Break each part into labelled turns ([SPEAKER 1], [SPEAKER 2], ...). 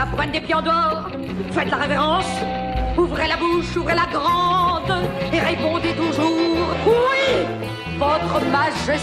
[SPEAKER 1] la pointe des pieds en dehors, faites la révérence, ouvrez-la bouche, ouvrez-la grande, et répondez toujours « Oui, votre majesté ».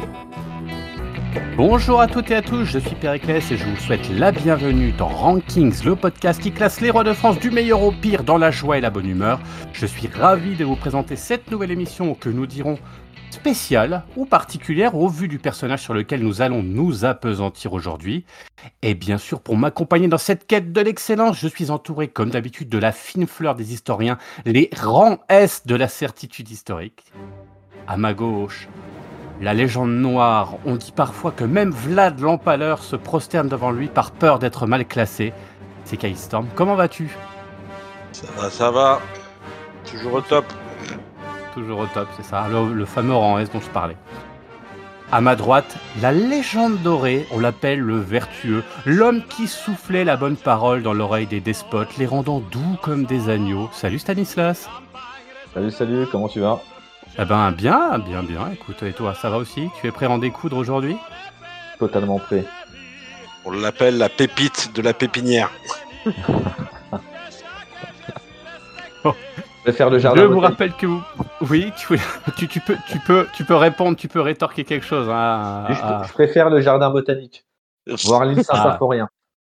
[SPEAKER 2] Bonjour à toutes et à tous, je suis Périclès et je vous souhaite la bienvenue dans Rankings, le podcast qui classe les rois de France du meilleur au pire dans la joie et la bonne humeur. Je suis ravi de vous présenter cette nouvelle émission que nous dirons spéciale ou particulière au vu du personnage sur lequel nous allons nous appesantir aujourd'hui. Et bien sûr, pour m'accompagner dans cette quête de l'excellence, je suis entouré comme d'habitude de la fine fleur des historiens, les rangs S de la certitude historique. À ma gauche, la légende noire, on dit parfois que même Vlad l'Empaleur se prosterne devant lui par peur d'être mal classé. C'est Kyle Storm, comment vas-tu ?
[SPEAKER 3] Ça va. Toujours au top.
[SPEAKER 2] Toujours au top, c'est ça, le fameux rang S dont je parlais. À ma droite, la légende dorée, on l'appelle le vertueux, l'homme qui soufflait la bonne parole dans l'oreille des despotes, les rendant doux comme des agneaux. Salut Stanislas.
[SPEAKER 4] Salut, comment tu vas ?
[SPEAKER 2] Eh ben bien, écoute, et toi, ça va aussi ? Tu es prêt à en découdre aujourd'hui ?
[SPEAKER 4] Totalement prêt.
[SPEAKER 3] On l'appelle la pépite de la pépinière.
[SPEAKER 4] Je vais faire le jardin.
[SPEAKER 2] Je vous rappelle que vous... Oui, tu peux répondre, tu peux rétorquer quelque chose. Hein,
[SPEAKER 4] Je préfère le jardin botanique, voir l'île Saint-Symphorien.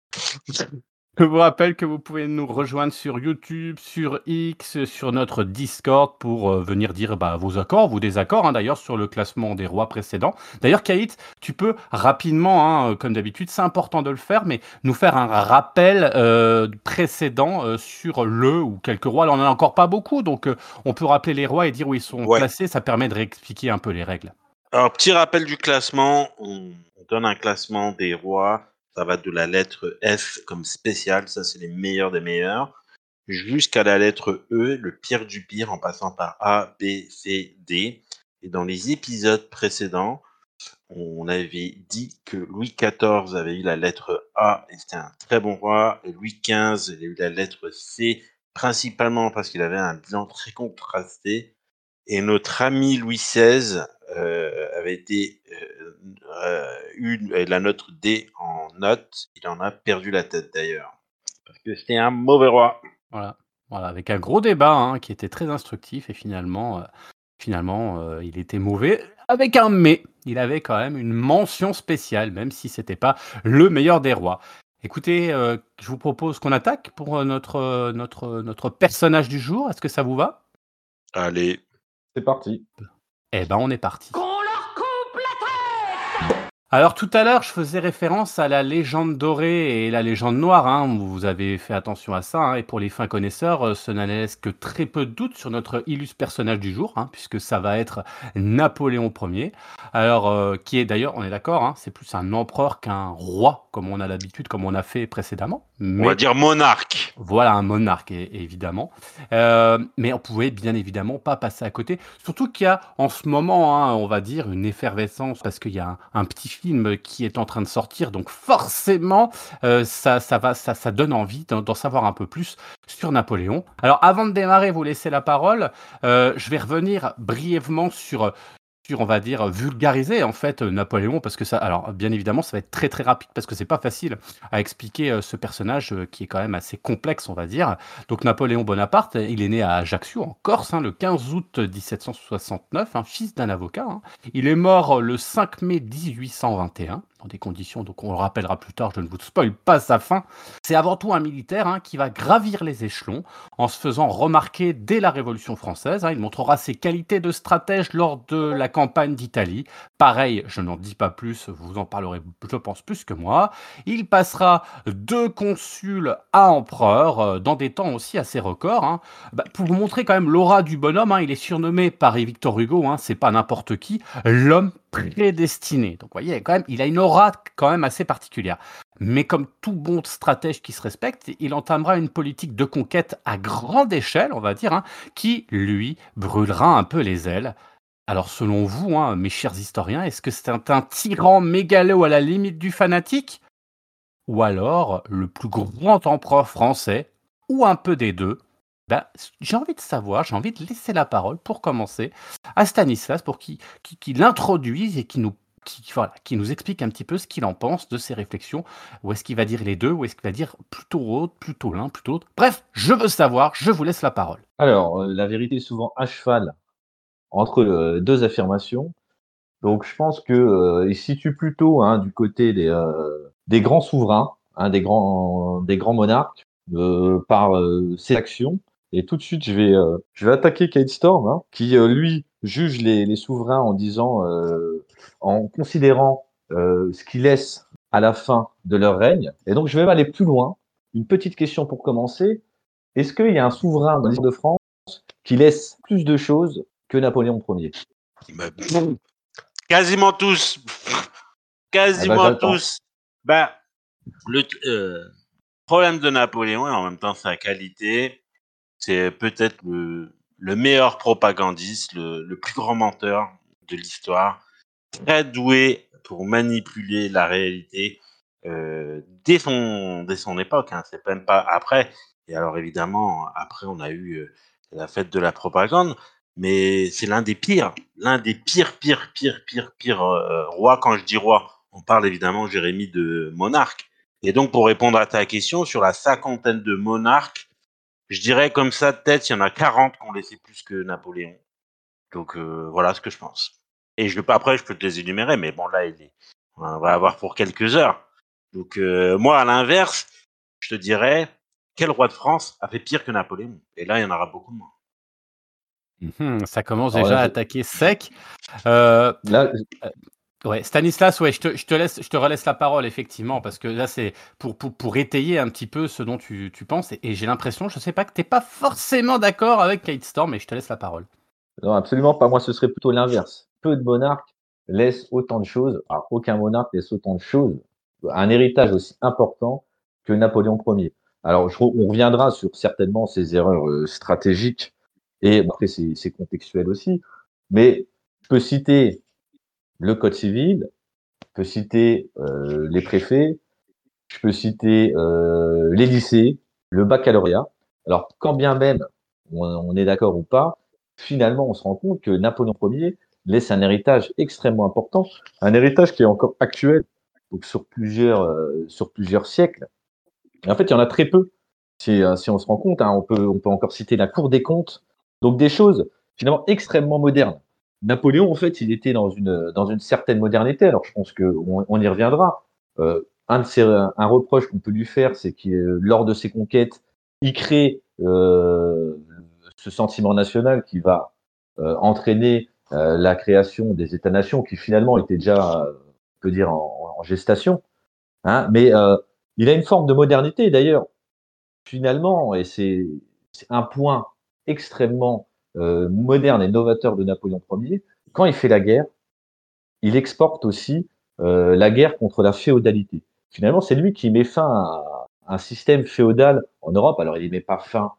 [SPEAKER 2] Je vous rappelle que vous pouvez nous rejoindre sur YouTube, sur X, sur notre Discord pour venir dire vos accords, vos désaccords, d'ailleurs, sur le classement des rois précédents. D'ailleurs, Kaït, tu peux rapidement, comme d'habitude, c'est important de le faire, mais nous faire un rappel précédent sur le ou quelques rois. Alors, on n'en a encore pas beaucoup, donc on peut rappeler les rois et dire où ils sont placés. Ça permet de réexpliquer un peu les règles.
[SPEAKER 3] Alors, petit rappel du classement. On donne un classement des rois. Ça va de la lettre F comme spécial, ça c'est les meilleurs des meilleurs, jusqu'à la lettre E, le pire du pire, en passant par A, B, C, D. Et dans les épisodes précédents, on avait dit que Louis XIV avait eu la lettre A, et c'était un très bon roi, et Louis XV, il a eu la lettre C, principalement parce qu'il avait un bilan très contrasté, et notre ami Louis XVI avait été eu la note D en note. Il en a perdu la tête d'ailleurs. Parce que c'était un mauvais roi.
[SPEAKER 2] Voilà, avec un gros débat qui était très instructif et finalement, il était mauvais. Avec un mais, il avait quand même une mention spéciale, même si c'était pas le meilleur des rois. Écoutez, je vous propose qu'on attaque pour notre personnage du jour. Est-ce que ça vous va ?
[SPEAKER 3] Allez.
[SPEAKER 4] C'est parti.
[SPEAKER 2] Eh ben, on est parti.
[SPEAKER 1] Qu'on leur coupe la tête !
[SPEAKER 2] Alors tout à l'heure, je faisais référence à la légende dorée et la légende noire. Vous avez fait attention à ça. Et pour les fins connaisseurs, ce n'en laisse que très peu de doute sur notre illustre personnage du jour, puisque ça va être Napoléon Ier. Alors, qui est d'ailleurs, on est d'accord, c'est plus un empereur qu'un roi, comme on a l'habitude, comme on a fait précédemment.
[SPEAKER 3] Mais, on va dire monarque.
[SPEAKER 2] Voilà, un monarque, évidemment. Mais on pouvait bien évidemment pas passer à côté. Surtout qu'il y a en ce moment, on va dire, une effervescence, parce qu'il y a un petit film qui est en train de sortir. Donc forcément, ça donne envie d'en savoir un peu plus sur Napoléon. Alors avant de démarrer, vous laissez la parole. Je vais revenir brièvement sur, on va dire, vulgariser en fait Napoléon, parce que ça, alors bien évidemment, ça va être très très rapide parce que c'est pas facile à expliquer ce personnage qui est quand même assez complexe, on va dire. Donc Napoléon Bonaparte, il est né à Ajaccio en Corse le 15 août 1769, fils d'un avocat. Il est mort le 5 mai 1821 dans des conditions, donc on le rappellera plus tard, je ne vous spoil pas sa fin. C'est avant tout un militaire qui va gravir les échelons en se faisant remarquer dès la Révolution française. Il montrera ses qualités de stratège lors de la campagne d'Italie. Pareil, je n'en dis pas plus, vous en parlerez, je pense, plus que moi. Il passera de consul à empereur dans des temps aussi assez records. Pour vous montrer quand même l'aura du bonhomme, il est surnommé par Victor Hugo, c'est pas n'importe qui, l'homme prédestiné. Donc vous voyez, quand même, il a une aura quand même assez particulière. Mais comme tout bon stratège qui se respecte, il entamera une politique de conquête à grande échelle, on va dire, qui, lui, brûlera un peu les ailes. Alors selon vous, mes chers historiens, est-ce que c'est un tyran mégalo à la limite du fanatique ? Ou alors le plus grand empereur français, ou un peu des deux ? J'ai envie de savoir, j'ai envie de laisser la parole pour commencer à Stanislas pour qu'il introduise et qu'il nous qui nous explique un petit peu ce qu'il en pense de ses réflexions. Ou est-ce qu'il va dire les deux, ou est-ce qu'il va dire plutôt l'autre, plutôt l'un, plutôt l'autre. Bref, je veux savoir, je vous laisse la parole.
[SPEAKER 4] Alors, la vérité est souvent à cheval entre deux affirmations. Donc, je pense que il se situe plutôt du côté des grands souverains, des grands monarques, par ses actions. Et tout de suite, je vais attaquer Kate Storm, qui lui juge les souverains en disant, en considérant ce qu'ils laissent à la fin de leur règne. Et donc, je vais même aller plus loin. Une petite question pour commencer. Est-ce qu'il y a un souverain dans l'histoire de France qui laisse plus de choses que Napoléon Ier?
[SPEAKER 3] Bah, quasiment tous. Quasiment
[SPEAKER 4] j'attends.
[SPEAKER 3] tous. Bah, le problème de Napoléon, et en même temps sa qualité, c'est peut-être le meilleur propagandiste, le plus grand menteur de l'histoire, très doué pour manipuler la réalité dès son époque. C'est même pas après. Et alors évidemment, après on a eu la fête de la propagande, mais c'est l'un des pires rois. Quand je dis roi, on parle évidemment, Jérémy, de monarque. Et donc pour répondre à ta question, sur la cinquantaine de monarques, je dirais comme ça de tête, il y en a 40 qui ont laissé plus que Napoléon. Donc voilà ce que je pense. Et après, je peux te les énumérer, mais bon, là, on va avoir pour quelques heures. Donc moi, à l'inverse, je te dirais, quel roi de France a fait pire que Napoléon? Et là, il y en aura beaucoup moins.
[SPEAKER 2] Ça commence
[SPEAKER 4] Alors
[SPEAKER 2] déjà
[SPEAKER 4] là,
[SPEAKER 2] à attaquer sec. Euh,
[SPEAKER 4] là,
[SPEAKER 2] Ouais, Stanislas, ouais, je te relaisse la parole, effectivement, parce que là, c'est pour étayer un petit peu ce dont tu penses, et j'ai l'impression, je sais pas, que t'es pas forcément d'accord avec Kate Storm, mais je te laisse la parole.
[SPEAKER 4] non, absolument pas. Moi, ce serait plutôt l'inverse. Peu de monarques laissent autant de choses. Alors, aucun monarque laisse autant de choses, un héritage aussi important que Napoléon Ier. Alors, on reviendra sur certainement ses erreurs stratégiques, et après, c'est contextuel aussi. Mais je peux citer le Code civil, je peux citer les préfets, je peux citer les lycées, le baccalauréat. Alors, quand bien même on est d'accord ou pas, finalement, on se rend compte que Napoléon Ier laisse un héritage extrêmement important, un héritage qui est encore actuel, donc sur plusieurs siècles. Et en fait, il y en a très peu. Si on se rend compte, on peut encore citer la Cour des comptes, donc des choses finalement extrêmement modernes. Napoléon, en fait, il était dans une certaine modernité. Alors, je pense qu'on y reviendra. Un reproche qu'on peut lui faire, c'est que lors de ses conquêtes, il crée ce sentiment national qui va entraîner la création des États-nations qui finalement étaient déjà, on peut dire, en gestation. Mais il a une forme de modernité. D'ailleurs, finalement, et c'est un point extrêmement moderne et novateur de Napoléon Ier, quand il fait la guerre, il exporte aussi la guerre contre la féodalité. Finalement, c'est lui qui met fin à un système féodal en Europe. Alors, il n'y met pas fin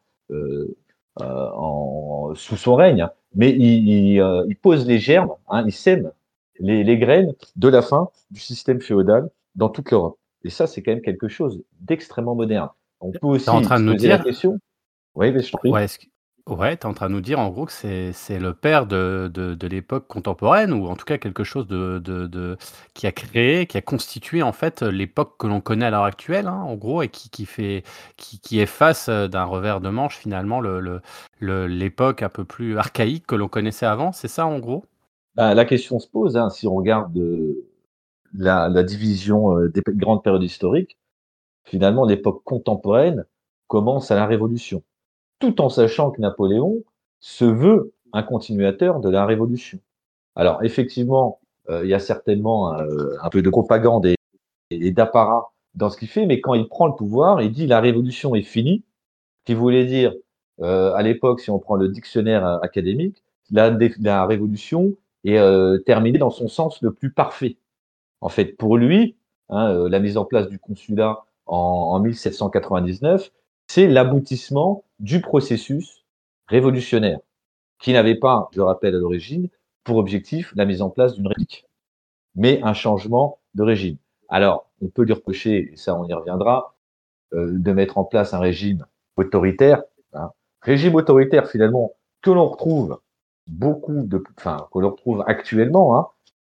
[SPEAKER 4] sous son règne, mais il pose les germes, il sème les graines de la fin du système féodal dans toute l'Europe. Et ça, c'est quand même quelque chose d'extrêmement moderne. On peut
[SPEAKER 2] T'es en
[SPEAKER 4] aussi
[SPEAKER 2] train
[SPEAKER 4] se
[SPEAKER 2] de nous
[SPEAKER 4] poser la
[SPEAKER 2] dire,
[SPEAKER 4] question. Oui, mais je t'en prie.
[SPEAKER 2] ouais, ouais, t'es en train de nous dire, en gros, que c'est le père de l'époque contemporaine, ou en tout cas quelque chose qui a créé, qui a constitué, en fait, l'époque que l'on connaît à l'heure actuelle, en gros, et qui efface d'un revers de manche, finalement, l'époque un peu plus archaïque que l'on connaissait avant, c'est ça, en gros?
[SPEAKER 4] Bah, la question se pose, si on regarde la division des grandes périodes historiques, finalement, l'époque contemporaine commence à la Révolution, tout en sachant que Napoléon se veut un continuateur de la Révolution. Alors, effectivement, il y a certainement un peu de propagande et d'apparat dans ce qu'il fait, mais quand il prend le pouvoir, il dit la Révolution est finie, qui voulait dire, à l'époque, si on prend le dictionnaire académique, la Révolution est terminée dans son sens le plus parfait. En fait, pour lui, la mise en place du consulat en 1799, c'est l'aboutissement du processus révolutionnaire, qui n'avait pas, je le rappelle à l'origine, pour objectif la mise en place d'une république, mais un changement de régime. Alors, on peut lui reprocher, et ça on y reviendra, de mettre en place un régime autoritaire, régime autoritaire finalement que l'on retrouve que l'on retrouve actuellement,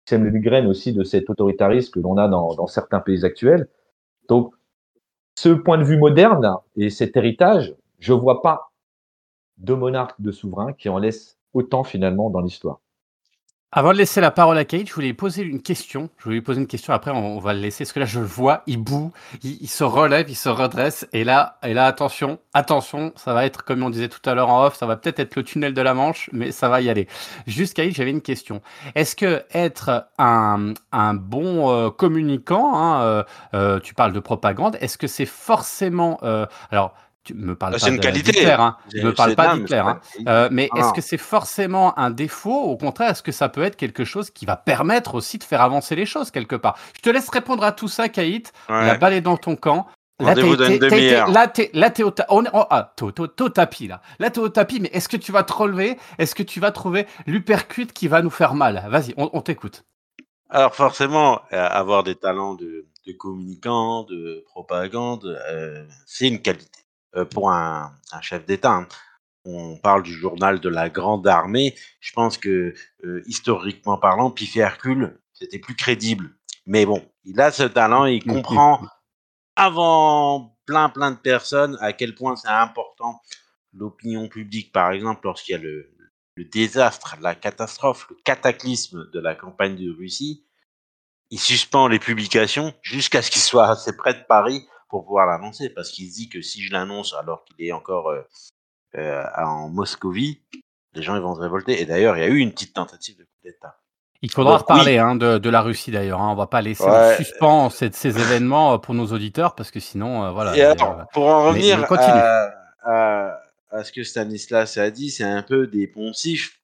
[SPEAKER 4] sème les graines aussi de cet autoritarisme que l'on a dans certains pays actuels. Donc, ce point de vue moderne et cet héritage, je vois pas de monarque, de souverain qui en laisse autant finalement dans l'histoire.
[SPEAKER 2] Avant de laisser la parole à Kate, je voulais lui poser une question. Je voulais lui poser une question, après on va le laisser, parce que là je le vois, il bout, il se relève, il se redresse, et là attention, attention, ça va être, comme on disait tout à l'heure en off, ça va peut-être être le tunnel de la Manche, mais ça va y aller. Juste Kate, j'avais une question. Est-ce que être un bon communicant, hein, tu parles de propagande, est-ce que c'est forcément... alors, tu me parles
[SPEAKER 3] C'est
[SPEAKER 2] pas
[SPEAKER 3] une
[SPEAKER 2] d'Hitler,
[SPEAKER 3] qualité.
[SPEAKER 2] hein, je me parle pas
[SPEAKER 3] Non, mais
[SPEAKER 2] d'Hitler,
[SPEAKER 3] c'est pas
[SPEAKER 2] hein.
[SPEAKER 3] une qualité.
[SPEAKER 2] Mais est-ce que c'est forcément un défaut? Au contraire, est-ce que ça peut être quelque chose qui va permettre aussi de faire avancer les choses quelque part? Je te laisse répondre à tout ça, Kaït. La
[SPEAKER 3] Ouais.
[SPEAKER 2] balle est dans ton camp. Là,
[SPEAKER 3] Rendez-vous dans une demi-heure.
[SPEAKER 2] là, t'es au, t'es au tapis, là. Là, t'es au tapis, mais est-ce que tu vas te relever? Est-ce que tu vas trouver l'uppercut qui va nous faire mal? Vas-y, on t'écoute.
[SPEAKER 3] Alors forcément, avoir des talents de communicant, de propagande, c'est une qualité pour un chef d'État. Hein. On parle du journal de la Grande Armée. Je pense que historiquement parlant, Piff et Hercule, c'était plus crédible. Mais bon, il a ce talent et il comprend avant plein de personnes à quel point c'est important l'opinion publique, par exemple, lorsqu'il y a le désastre, la catastrophe, le cataclysme de la campagne de Russie. Il suspend les publications jusqu'à ce qu'il soit assez près de Paris pour pouvoir l'annoncer, parce qu'il se dit que si je l'annonce alors qu'il est encore en Moscovie, les gens ils vont se révolter. Et d'ailleurs, il y a eu une petite tentative de coup d'État.
[SPEAKER 2] Il faudra
[SPEAKER 3] Donc oui,
[SPEAKER 2] reparler hein, de la Russie d'ailleurs. Hein. On va pas laisser en
[SPEAKER 3] ouais.
[SPEAKER 2] suspens ces événements pour nos auditeurs parce que sinon, voilà.
[SPEAKER 3] Et alors, pour en
[SPEAKER 2] Mais
[SPEAKER 3] revenir
[SPEAKER 2] continue.
[SPEAKER 3] à ce que Stanislas a dit, c'est un peu des poncifs.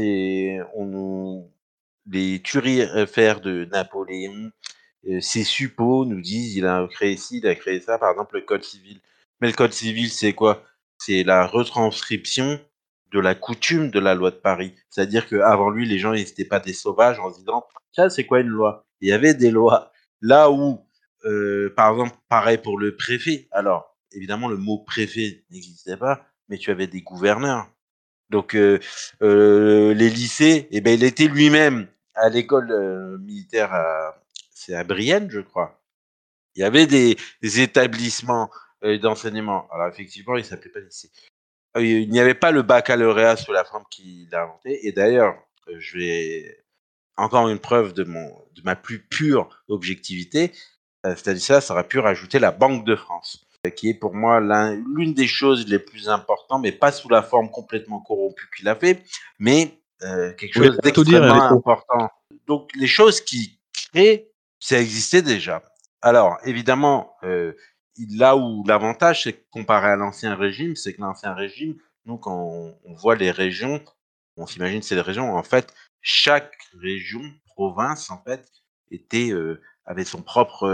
[SPEAKER 3] Les tueries faire de Napoléon, ses suppôts nous disent il a créé ci, il a créé ça, par exemple le code civil. Mais le code civil, c'est quoi? C'est la retranscription de la coutume de la loi de Paris. C'est-à-dire qu'avant lui, les gens n'étaient pas des sauvages en se disant ça, c'est quoi une loi? Il y avait des lois. Là où, par exemple, pareil pour le préfet. Alors, évidemment, le mot préfet n'existait pas, mais tu avais des gouverneurs. Donc, les lycées, eh ben, il était lui-même à l'école militaire c'est à Brienne, je crois. Il y avait des établissements d'enseignement. Alors, effectivement, il s'appelait pas lycée. Il n'y avait pas le baccalauréat sous la forme qu'il a inventé. Et d'ailleurs, je vais encore une preuve de ma plus pure objectivité. Stanislas aurait pu rajouter la Banque de France, qui est pour moi l'une des choses les plus importantes, mais pas sous la forme complètement corrompue qu'il a fait, mais quelque
[SPEAKER 4] Oui,
[SPEAKER 3] chose
[SPEAKER 4] ça veut tout dire,
[SPEAKER 3] d'extrêmement
[SPEAKER 4] Enrico.
[SPEAKER 3] important. Donc les choses qui créent, ça existait déjà. Alors évidemment, là où l'avantage, c'est que comparé à l'ancien régime, c'est que l'ancien régime, nous quand on voit les régions, on s'imagine c'est des régions, en fait, chaque région, province, en fait, était avait son propre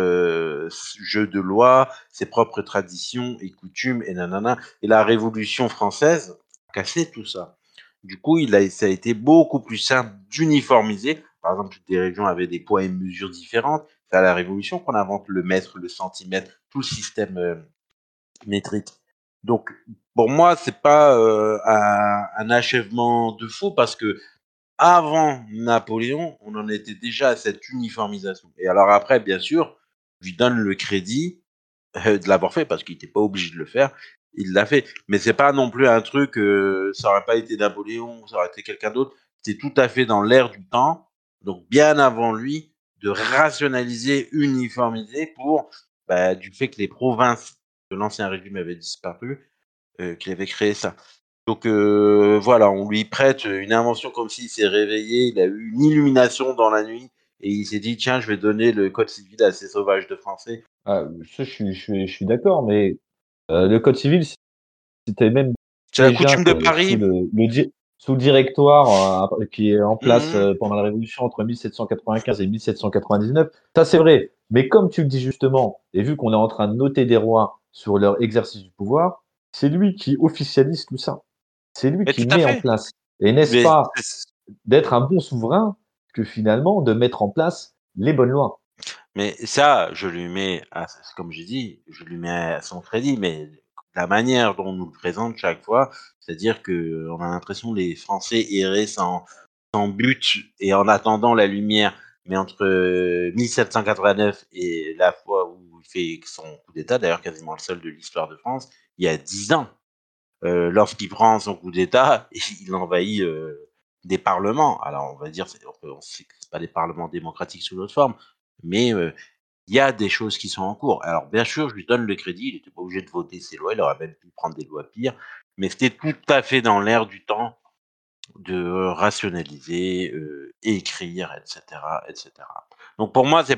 [SPEAKER 3] jeu de loi, ses propres traditions et coutumes et nanana. Et la Révolution française a cassé tout ça. Du coup, ça a été beaucoup plus simple d'uniformiser. Par exemple, toutes les régions avaient des poids et mesures différentes. C'est à la Révolution qu'on invente le mètre, le centimètre, tout le système métrique. Donc, pour moi, c'est pas un achèvement de fou parce que avant Napoléon, on en était déjà à cette uniformisation. Et alors après, bien sûr, je lui donne le crédit de l'avoir fait parce qu'il n'était pas obligé de le faire. Il l'a fait. Mais c'est pas non plus un truc, ça aurait pas été Napoléon, ça aurait été quelqu'un d'autre. C'est tout à fait dans l'air du temps. Donc bien avant lui, de rationaliser, uniformiser pour du fait que les provinces de l'ancien régime avaient disparu, qu'il avait créé ça. Donc voilà, on lui prête une invention comme s'il s'est réveillé, il a eu une illumination dans la nuit et il s'est dit tiens, je vais donner le code civil à ces sauvages de Français.
[SPEAKER 4] Ah, ça, je suis d'accord, mais le code civil, c'était même
[SPEAKER 3] C'est la
[SPEAKER 4] déjà
[SPEAKER 3] coutume de
[SPEAKER 4] quoi,
[SPEAKER 3] Paris.
[SPEAKER 4] sous le directoire qui est en place
[SPEAKER 3] Mmh.
[SPEAKER 4] pendant la Révolution entre 1795 et 1799. Ça, c'est vrai. Mais comme tu le dis justement, et vu qu'on est en train de noter des rois sur leur exercice du pouvoir, c'est lui qui officialise tout ça. C'est lui
[SPEAKER 3] Mais
[SPEAKER 4] qui
[SPEAKER 3] tout à
[SPEAKER 4] met en
[SPEAKER 3] fait.
[SPEAKER 4] place. Et n'est-ce
[SPEAKER 3] Mais
[SPEAKER 4] pas d'être un bon souverain que finalement de mettre en place les bonnes lois?
[SPEAKER 3] mais ça, je lui mets comme j'ai dit, je lui mets à son crédit, mais la manière dont on nous le présente chaque fois, c'est-à-dire qu'on a l'impression que les Français erraient sans but et en attendant la lumière. mais entre 1789 et la fois où il fait son coup d'État, d'ailleurs quasiment le seul de l'histoire de France, il y a 10 ans. Lorsqu'il prend son coup d'État, il envahit des parlements. Alors on va dire, on sait que c'est pas des parlements démocratiques sous l'autre forme, mais il y a des choses qui sont en cours. Alors bien sûr, je lui donne le crédit, il n'était pas obligé de voter ces lois, il aurait même pu prendre des lois pires, mais c'était tout à fait dans l'air du temps de rationaliser, écrire, etc., etc. Donc pour moi,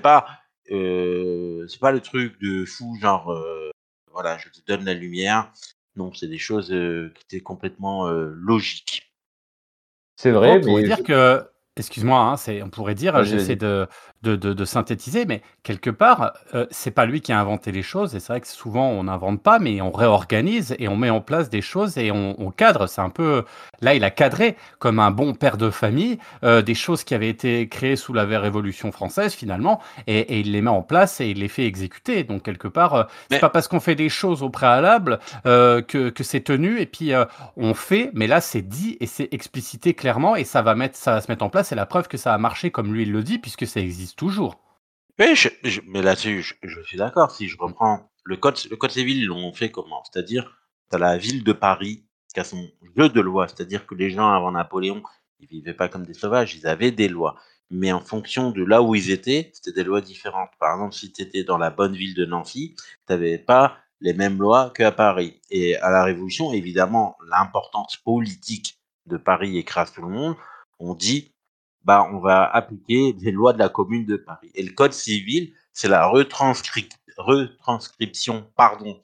[SPEAKER 3] c'est pas le truc de fou, genre voilà, je te donne la lumière. Non, c'est des choses qui étaient complètement logiques.
[SPEAKER 4] C'est
[SPEAKER 2] Après, on
[SPEAKER 4] vrai,
[SPEAKER 2] pourrait
[SPEAKER 4] mais
[SPEAKER 2] dire que excuse-moi, hein, on pourrait dire,
[SPEAKER 4] vas-y,
[SPEAKER 2] j'essaie
[SPEAKER 4] vas-y.
[SPEAKER 2] de synthétiser, mais quelque part, c'est pas lui qui a inventé les choses et c'est vrai que souvent on n'invente pas, mais on réorganise et on met en place des choses et on cadre. C'est un peu là, il a cadré comme un bon père de famille, des choses qui avaient été créées sous la Révolution française finalement et il les met en place et il les fait exécuter. Donc quelque part, c'est
[SPEAKER 3] Mais
[SPEAKER 2] pas parce qu'on fait des choses au préalable, que c'est tenu et puis, on fait, mais là c'est dit et c'est explicité clairement et ça va se mettre en place. C'est la preuve que ça a marché comme lui il le dit, puisque ça existe toujours.
[SPEAKER 3] Oui, mais là-dessus, je suis d'accord. Si je
[SPEAKER 2] Mm.
[SPEAKER 3] reprends le code civil, ils l'ont fait comment? C'est-à-dire, tu as la ville de Paris qui a son jeu de loi. C'est-à-dire que les gens avant Napoléon, ils vivaient pas comme des sauvages, ils avaient des lois. Mais en fonction de là où ils étaient, c'était des lois différentes. Par exemple, si tu étais dans la bonne ville de Nancy, tu n'avais pas les mêmes lois qu'à Paris. Et à la Révolution, évidemment, l'importance politique de Paris écrase tout le monde. On dit bah, on va appliquer les lois de la Commune de Paris. Et le code civil, c'est la retranscription pardon,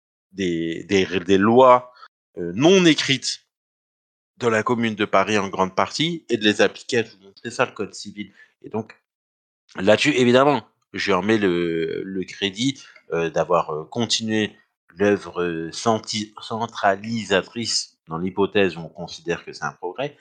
[SPEAKER 3] des lois non écrites de la Commune de Paris en grande partie et de les appliquer à tout le monde. C'est ça le code civil. Et donc, là-dessus, évidemment, je lui remets le crédit d'avoir continué l'œuvre centralisatrice dans l'hypothèse où on considère que c'est un progrès,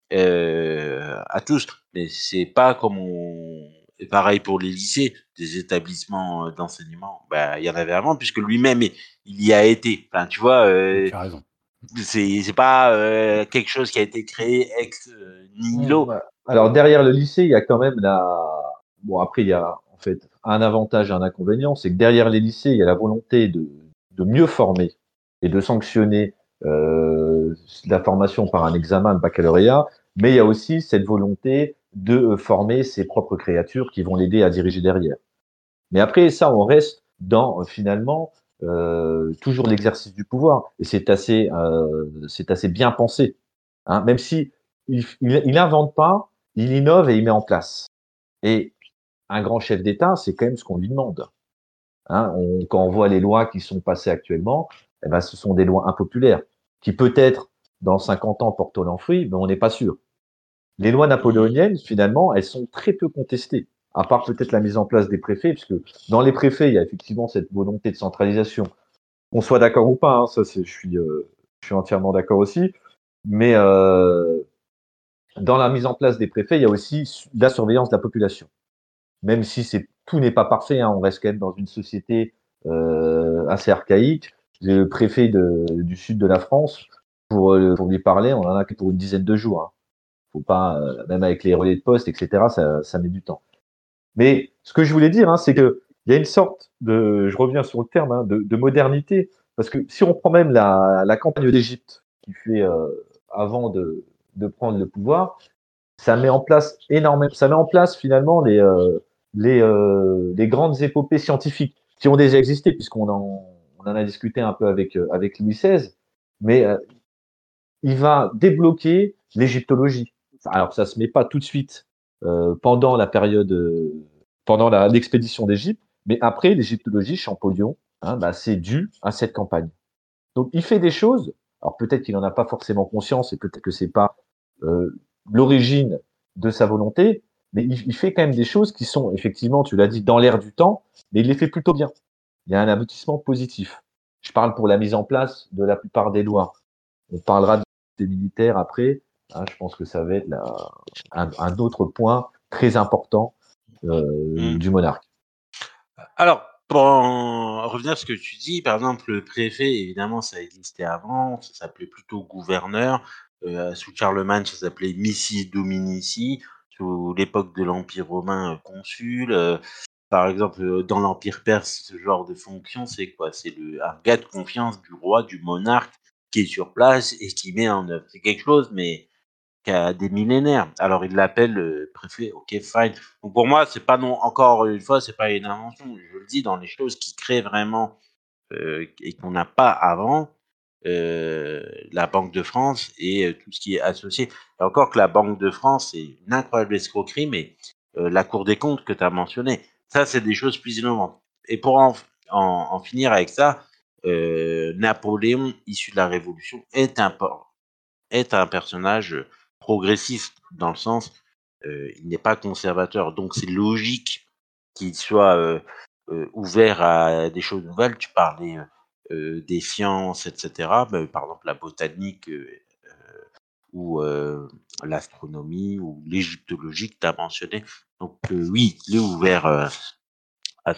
[SPEAKER 3] à tous. Mais c'est pas comme on. Et pareil pour les lycées, des établissements d'enseignement. Bah, il y en avait avant, puisque lui-même, il y a été. Enfin, tu vois,
[SPEAKER 2] Tu as raison.
[SPEAKER 3] c'est pas quelque chose qui a été créé ex nihilo.
[SPEAKER 4] Ouais. Alors derrière le lycée, il y a quand même bon, après, il y a en fait un avantage et un inconvénient, c'est que derrière les lycées, il y a la volonté de mieux former et de sanctionner la formation par un examen de baccalauréat, mais il y a aussi cette volonté de former ses propres créatures qui vont l'aider à diriger derrière. Mais après, ça, on reste dans finalement toujours l'exercice du pouvoir. Et c'est assez bien pensé. Hein. Même si il invente pas, il innove et il met en place. Et un grand chef d'État, c'est quand même ce qu'on lui demande. Hein. Quand on voit les lois qui sont passées actuellement, eh ben, ce sont des lois impopulaires qui peut-être dans 50 ans porteront leurs fruits, mais on n'est pas sûr. Les lois
[SPEAKER 3] Mhm.
[SPEAKER 4] napoléoniennes, finalement, elles sont très peu contestées, à part peut-être la mise en place des préfets, puisque dans les préfets, il y a effectivement cette volonté de centralisation. Qu'on soit d'accord ou pas, hein, ça, je suis entièrement d'accord aussi. Mais dans la mise en place des préfets, il y a aussi la surveillance de la population. Même si tout n'est pas parfait, hein, on reste quand même dans une société assez archaïque. Le préfet du sud de la France, pour lui parler, on en a que pour une dizaine de jours. Hein. Faut pas, même avec les relais de poste, etc., ça met du temps. Mais ce que je voulais dire, hein, c'est que il y a une sorte je reviens sur le terme, hein, de modernité, parce que si on prend même la campagne d'Égypte qui fait avant de prendre le pouvoir, ça met en place finalement les grandes épopées scientifiques qui ont déjà existé, on en a discuté un peu avec Louis XVI, mais il va débloquer l'égyptologie. Alors, ça se met pas tout de suite pendant la période, pendant l'expédition d'Égypte, mais après l'égyptologie, Champollion, hein, bah, c'est dû à cette campagne. Donc, il fait des choses. Alors, peut-être qu'il n'en a pas forcément conscience et peut-être que c'est pas euh, l'origine de sa volonté, mais il fait quand même des choses qui sont effectivement, tu l'as dit, dans l'air du temps, mais il les fait plutôt bien. Il y a un aboutissement positif. Je parle pour la mise en place de la plupart des lois. On parlera des militaires après. Hein, je pense que ça va être un autre point très important
[SPEAKER 3] Mhm.
[SPEAKER 4] du monarque.
[SPEAKER 3] Alors, pour en revenir à ce que tu dis, par exemple, le préfet, évidemment, ça existait avant, ça s'appelait plutôt gouverneur. Sous Charlemagne, ça s'appelait missi dominici. sous l'époque de l'Empire romain, consul. Par exemple, dans l'Empire perse, ce genre de fonction, c'est quoi? C'est un gars de confiance du roi, du monarque qui est sur place et qui met en œuvre. C'est quelque chose, mais qui a des millénaires. Alors il l'appelle préfet, ok, fine. Donc pour moi, c'est pas non, encore une fois, c'est pas une invention. Je le dis dans les choses qui créent vraiment et qu'on n'a pas avant, la Banque de France et tout ce qui est associé. Et encore que la Banque de France, c'est une incroyable escroquerie, mais la Cour des comptes que tu as mentionné, ça, c'est des choses plus innovantes. Et pour en finir avec ça, Napoléon, issu de la Révolution, est un personnage progressiste dans le sens, il n'est pas conservateur. Donc c'est logique qu'il soit ouvert à des choses nouvelles. Tu parlais des sciences, etc. Par exemple la botanique ou l'astronomie ou l'égyptologie que tu as mentionné. Donc oui, il est ouvert à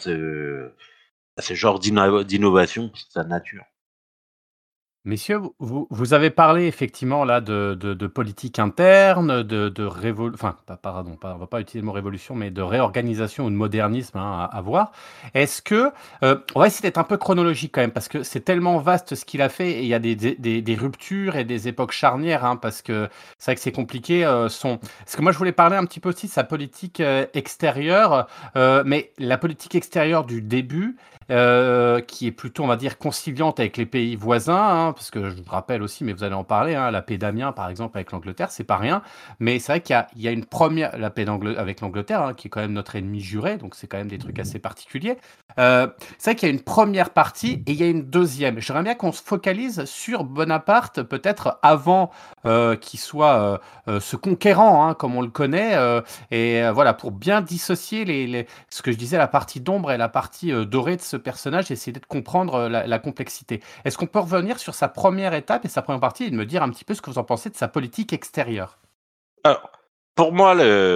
[SPEAKER 3] ce genre d'innovation, c'est sa nature.
[SPEAKER 2] Messieurs, vous avez parlé effectivement là de politique interne, de révol enfin, pardon, on va pas utiliser le mot révolution, mais de réorganisation ou de modernisme, hein, à voir. Est-ce que, on va essayer d'être un peu chronologique quand même, parce que c'est tellement vaste ce qu'il a fait et il y a des ruptures et des époques charnières, hein, parce que c'est vrai que c'est compliqué, parce que moi je voulais parler un petit peu aussi de sa politique, extérieure, mais la politique extérieure du début, qui est plutôt, on va dire, conciliante avec les pays voisins, hein, parce que je vous rappelle aussi, mais vous allez en parler, hein, la paix d'Amiens, par exemple, avec l'Angleterre, c'est pas rien. Mais c'est vrai il y a une première, la paix avec l'Angleterre, hein, qui est quand même notre ennemi juré, donc c'est quand même des trucs assez particuliers. C'est vrai qu'il y a une première partie et il y a une deuxième. J'aimerais bien qu'on se focalise sur Bonaparte, peut-être avant qu'il soit ce conquérant, hein, comme on le connaît, voilà, pour bien dissocier ce que je disais, la partie d'ombre et la partie dorée de ce personnage, essayer de comprendre la complexité. Est-ce qu'on peut revenir sur sa première étape et sa première partie et de me dire un petit peu ce que vous en pensez de sa politique extérieure?
[SPEAKER 3] Alors, pour moi,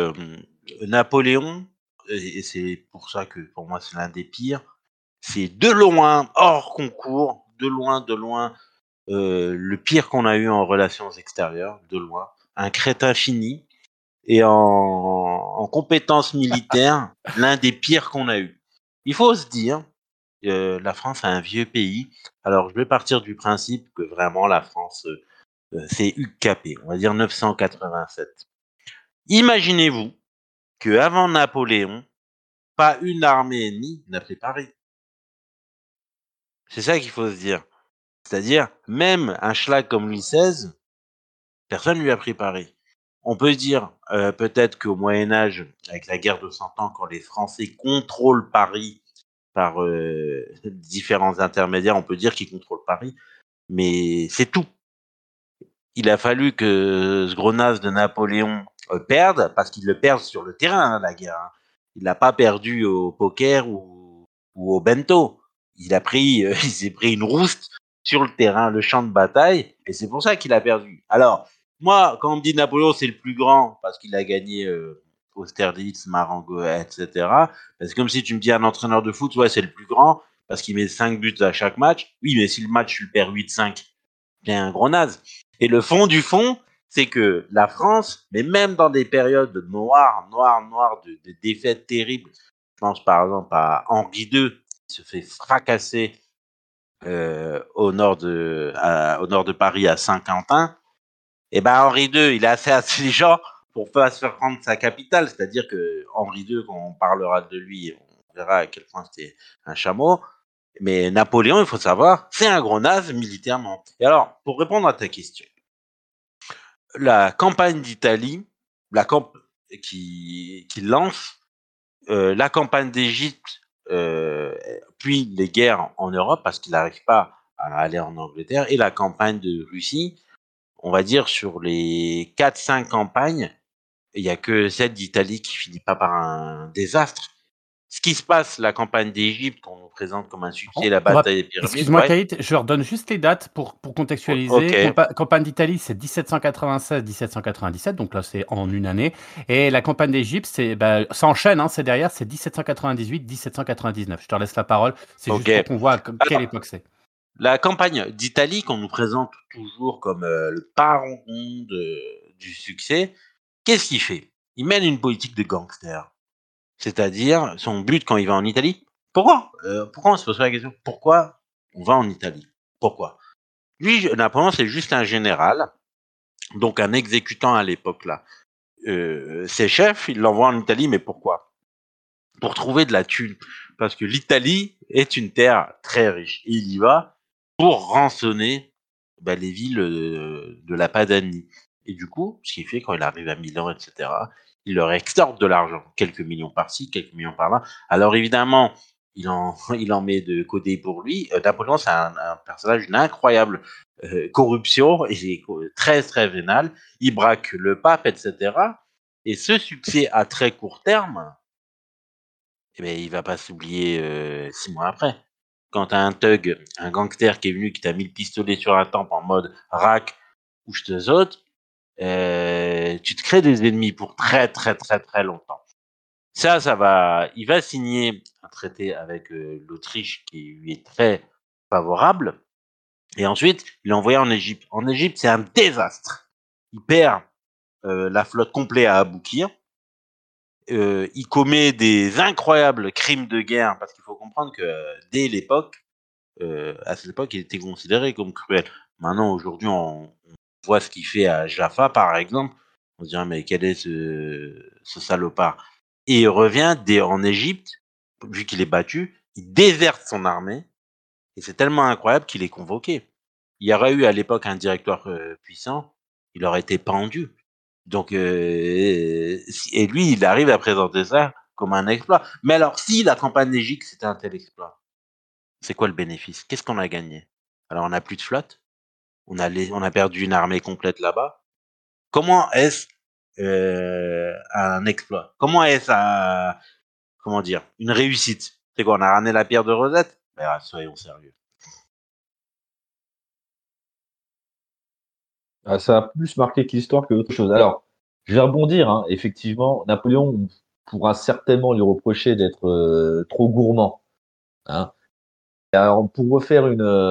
[SPEAKER 3] Napoléon, et c'est pour ça que pour moi c'est l'un des pires, c'est de loin, hors concours, de loin, le pire qu'on a eu en relations extérieures, de loin. Un crétin fini et en compétences militaires, l'un des pires qu'on a eu. Il faut se dire, la France est un vieux pays. Alors je vais partir du principe que vraiment la France, c'est Hugues Capet, on va dire 987. Imaginez-vous qu'avant Napoléon, pas une armée ennemie n'a pris Paris. C'est ça qu'il faut se dire. C'est-à-dire, même un schlag comme Louis XVI, personne ne lui a pris Paris. On peut dire peut-être qu'au Moyen-Âge, avec la guerre de Cent Ans, quand les Français contrôlent Paris par différents intermédiaires, on peut dire qu'ils contrôlent Paris, mais c'est tout. Il a fallu que ce gros naze de Napoléon perde, parce qu'il le perd sur le terrain, hein, la guerre. Hein. Il l'a pas perdu au poker ou au bento. Il s'est pris une rouste sur le terrain, le champ de bataille, et c'est pour ça qu'il a perdu. Alors, moi, quand on me dit Napoléon, c'est le plus grand, parce qu'il a gagné Austerlitz, Marengo, etc., ben, c'est comme si tu me dis un entraîneur de foot, ouais, c'est le plus grand, parce qu'il met 5 buts à chaque match. Oui, mais si le match, tu le perds 8-5, c'est un gros naze. Et le fond du fond, c'est que la France, mais même dans des périodes noires, de défaites terribles, je pense par exemple à Henri II, qui se fait fracasser au nord de Paris, à Saint-Quentin, et ben Henri II, il est assez intelligent pour pas se faire prendre sa capitale. C'est-à-dire que Henri II, quand on parlera de lui, on verra à quel point c'était un chameau. Mais Napoléon, il faut savoir, c'est un gros naze militairement. Et alors, pour répondre à ta question, la campagne d'Italie, qui lance la campagne d'Égypte, puis les guerres en Europe, parce qu'il n'arrive pas à aller en Angleterre, et la campagne de Russie, on va dire sur les 4-5 campagnes, il n'y a que celle d'Italie qui finit pas par un désastre. Ce qui se passe, la campagne d'Égypte, qu'on nous présente comme un succès, la
[SPEAKER 2] On va
[SPEAKER 3] bataille des pyramides,
[SPEAKER 2] Excuse-moi
[SPEAKER 3] ouais.
[SPEAKER 2] Khalid, je redonne juste les dates pour
[SPEAKER 3] Ok.
[SPEAKER 2] contextualiser. Campagne d'Italie, c'est 1796-1797, donc là c'est en une année. Et la campagne d'Égypte, ça enchaîne, hein, c'est derrière, c'est 1798-1799. Je te laisse la parole, c'est
[SPEAKER 3] Ok.
[SPEAKER 2] juste pour qu'on voit quelle
[SPEAKER 3] Alors,
[SPEAKER 2] époque c'est.
[SPEAKER 3] la campagne d'Italie, qu'on nous présente toujours comme le parangon du succès, qu'est-ce qu'il fait? il mène une politique de gangster. C'est-à-dire, son but quand il va en Italie, pourquoi on se pose la question, pourquoi on va en Italie? Pourquoi? Lui, Napoléon, c'est juste un général, donc un exécutant à l'époque là. Ses chefs, il l'envoie en Italie, mais pourquoi? Pour trouver de la thune. Parce que l'Italie est une terre très riche. Et il y va pour rançonner les villes de la Padanie. Et du coup, ce qui fait quand il arrive à Milan, etc., il leur extorque de l'argent. Quelques millions par-ci, quelques millions par-là. Alors évidemment, il en met de côté pour lui. Napoléon, c'est un personnage d'une incroyable corruption et très, très vénal. Il braque le pape, etc. Et ce succès à très court terme, il va pas s'oublier 6 mois après. Quand t'as un thug, un gangster qui est venu, qui t'a mis le pistolet sur la tempe en mode rack ou je te zote, tu te crées des ennemis pour très très très très longtemps. Il va signer un traité avec l'Autriche qui lui est très favorable. Et ensuite, il est envoyé en Égypte. En Égypte, c'est un désastre. Il perd la flotte complète à Aboukir. Il commet des incroyables crimes de guerre, parce qu'il faut comprendre que dès l'époque, à cette époque, il était considéré comme cruel. Maintenant, aujourd'hui, on voit ce qu'il fait à Jaffa, par exemple. On se dirait, mais quel est ce salopard? Et il revient en Égypte, vu qu'il est battu, il déserte son armée, et c'est tellement incroyable qu'il est convoqué. Il y aurait eu à l'époque un directeur puissant, il aurait été pendu. Donc, et lui, il arrive à présenter ça comme un exploit. Mais alors, si la campagne d'Égypte, c'était un tel exploit, c'est quoi le bénéfice? Qu'est-ce qu'on a gagné? Alors, on n'a plus de flotte, on a perdu une armée complète là-bas. Comment est-ce un exploit? Comment est-ce une réussite? C'est quoi? On a ramené la pierre de Rosette? Soyons sérieux.
[SPEAKER 4] Ça a plus marqué que l'histoire que autre chose. Alors, je vais rebondir. Hein. Effectivement, Napoléon, on pourra certainement lui reprocher d'être trop gourmand. Hein. Alors, pour refaire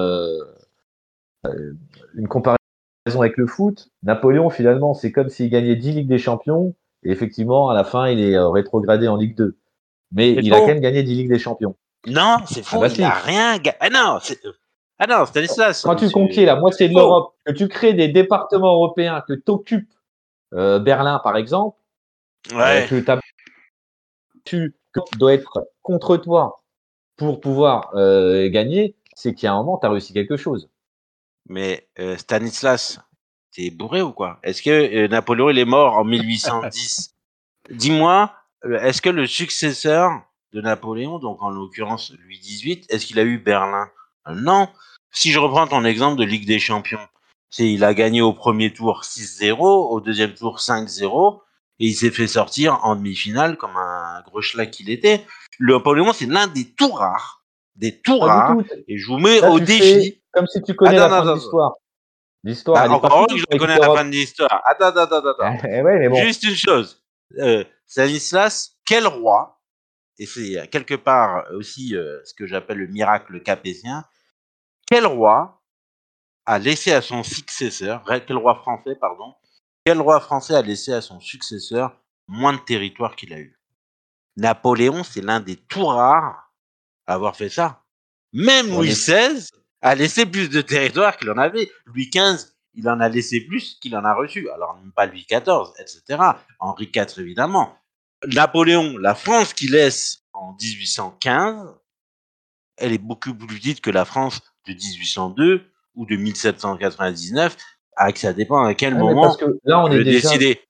[SPEAKER 4] une comparaison avec le foot, Napoléon, finalement, c'est comme s'il gagnait 10 Ligues des Champions, et effectivement, à la fin, il est rétrogradé en Ligue 2. Mais
[SPEAKER 3] C'est
[SPEAKER 4] il a
[SPEAKER 3] faux.
[SPEAKER 4] quand même gagné 10 Ligues des Champions.
[SPEAKER 3] Non, c'est faux, il a rien gagné. Ah non, Stanislas.
[SPEAKER 4] Quand tu conquiers la moitié de l'Europe, que tu crées des départements européens, que tu occupes Berlin, par exemple, que tu dois être contre toi pour pouvoir gagner, c'est qu'il y a un moment, tu as réussi quelque chose.
[SPEAKER 3] Mais Stanislas, t'es bourré ou quoi? Est-ce que Napoléon, il est mort en 1810? Dis-moi, est-ce que le successeur de Napoléon, donc en l'occurrence Louis XVIII, est-ce qu'il a eu Berlin? Non. Si je reprends ton exemple de Ligue des Champions, il a gagné au premier tour 6-0, au deuxième tour 5-0, et il s'est fait sortir en demi-finale comme un gros schlag qu'il était. Napoléon, c'est l'un des tout rares, et je vous mets au défi.
[SPEAKER 4] Comme si tu connais la fin de l'histoire. L'histoire, elle est
[SPEAKER 3] encore que je connais la fin de l'histoire. Attends.
[SPEAKER 4] Ouais, mais bon.
[SPEAKER 3] Juste une chose. Stanislas, quel roi, et c'est quelque part aussi ce que j'appelle le miracle capétien, quel roi a laissé à son successeur, quel roi français a laissé à son successeur moins de territoire qu'il a eu? Napoléon, c'est l'un des tout rares à avoir fait ça. Même Louis XVI a laissé plus de territoire qu'il en avait. Louis XV, il en a laissé plus qu'il en a reçu. Alors, même pas Louis XIV, etc. Henri IV, évidemment. Napoléon, la France qu'il laisse en 1815, elle est beaucoup plus petite que la France de 1802 ou de 1799. Ça dépend à quel moment
[SPEAKER 4] parce que là, on est déjà
[SPEAKER 3] décider.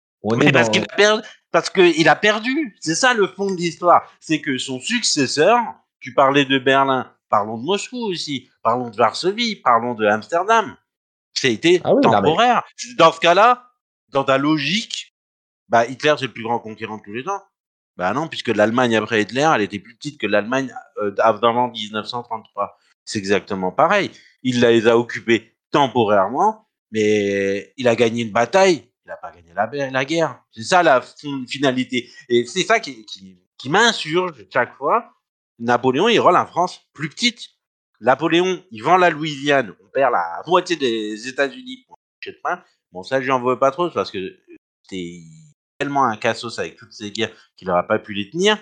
[SPEAKER 3] Parce qu'il a perdu. C'est ça le fond de l'histoire. C'est que son successeur, tu parlais de Berlin, parlons de Moscou aussi, parlons de Varsovie, parlons de Amsterdam. Ça a été temporaire. Dans ce cas-là, dans ta logique, Hitler c'est le plus grand conquérant de tous les temps. Non, puisque l'Allemagne après Hitler, elle était plus petite que l'Allemagne avant 1933. C'est exactement pareil. Il les a occupés temporairement, mais il a gagné une bataille. Il n'a pas gagné la guerre. C'est ça la finalité. Et c'est ça qui m'insurge chaque fois. Napoléon, il rend la France plus petite. Napoléon, il vend la Louisiane. On perd la moitié des États-Unis pour un de pain. Bon, ça, je n'en veux pas trop parce que tellement un cassos avec toutes ces guerres qu'il n'aura pas pu les tenir.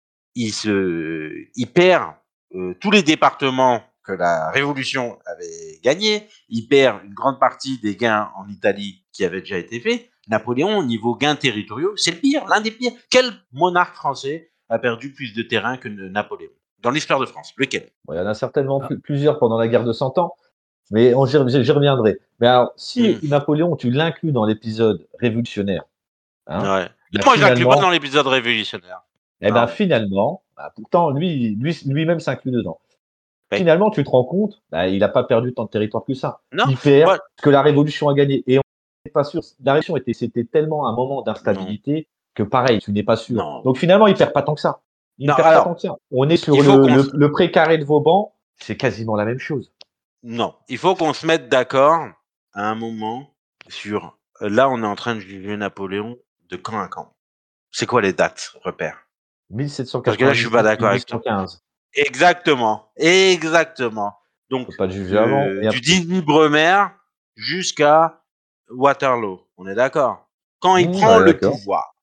[SPEAKER 3] Il perd tous les départements que la Révolution avait gagnés. Il perd une grande partie des gains en Italie qui avaient déjà été faits. Napoléon, au niveau gains territoriaux, c'est le pire, l'un des pires. Quel monarque français a perdu plus de terrain que Napoléon dans l'histoire de France? Lequel?
[SPEAKER 4] Bon, il y en a certainement plusieurs pendant la guerre de 100 ans, mais j'y reviendrai. Mais alors, si Napoléon, tu l'inclus dans l'épisode révolutionnaire,
[SPEAKER 3] ouais. Moi, je l'inclus pas dans l'épisode révolutionnaire.
[SPEAKER 4] Eh bien, finalement, pourtant, lui-même s'inclut dedans. Ouais. Finalement, tu te rends compte, il n'a pas perdu tant de territoire que ça. Non, il perd ce que la Révolution a gagné. Et on n'est pas sûr. La Révolution, c'était tellement un moment d'instabilité que pareil, tu n'es pas sûr. Non. Donc finalement, il ne perd pas tant que ça. Pas tant que ça. On est sur le précaré de Vauban, c'est quasiment la même chose.
[SPEAKER 3] Non, il faut qu'on se mette d'accord à un moment sur... Là, on est en train de juger Napoléon de camp à camp. C'est quoi les dates, repères?
[SPEAKER 4] 1790.
[SPEAKER 3] Parce que là, je suis pas d'accord avec toi. Exactement. Donc,
[SPEAKER 4] pas juger avant,
[SPEAKER 3] du 18 Brumaire jusqu'à Waterloo. On est d'accord? Quand il prend le pouvoir,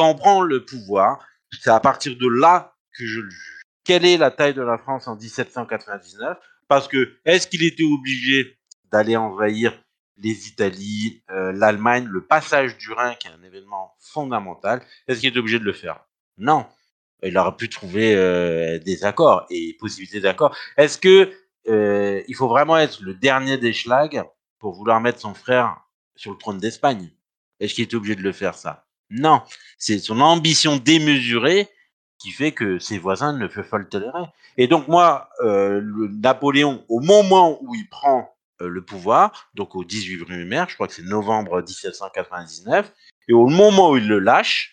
[SPEAKER 3] c'est à partir de là que je le juge. Quelle est la taille de la France en 1799? Parce que, est-ce qu'il était obligé d'aller envahir les Italies, l'Allemagne, le passage du Rhin, qui est un événement fondamental? Est-ce qu'il était obligé de le faire? Non. Il aurait pu trouver des accords et possibilités d'accord. Est-ce que il faut vraiment être le dernier des schlags pour vouloir mettre son frère sur le trône d'Espagne? Est-ce qu'il était obligé de le faire, ça? Non. C'est son ambition démesurée qui fait que ses voisins ne peuvent pas le tolérer. Et donc moi, Napoléon, au moment où il prend le pouvoir, donc au 18 Brumaire, je crois que c'est novembre 1799, et au moment où il le lâche,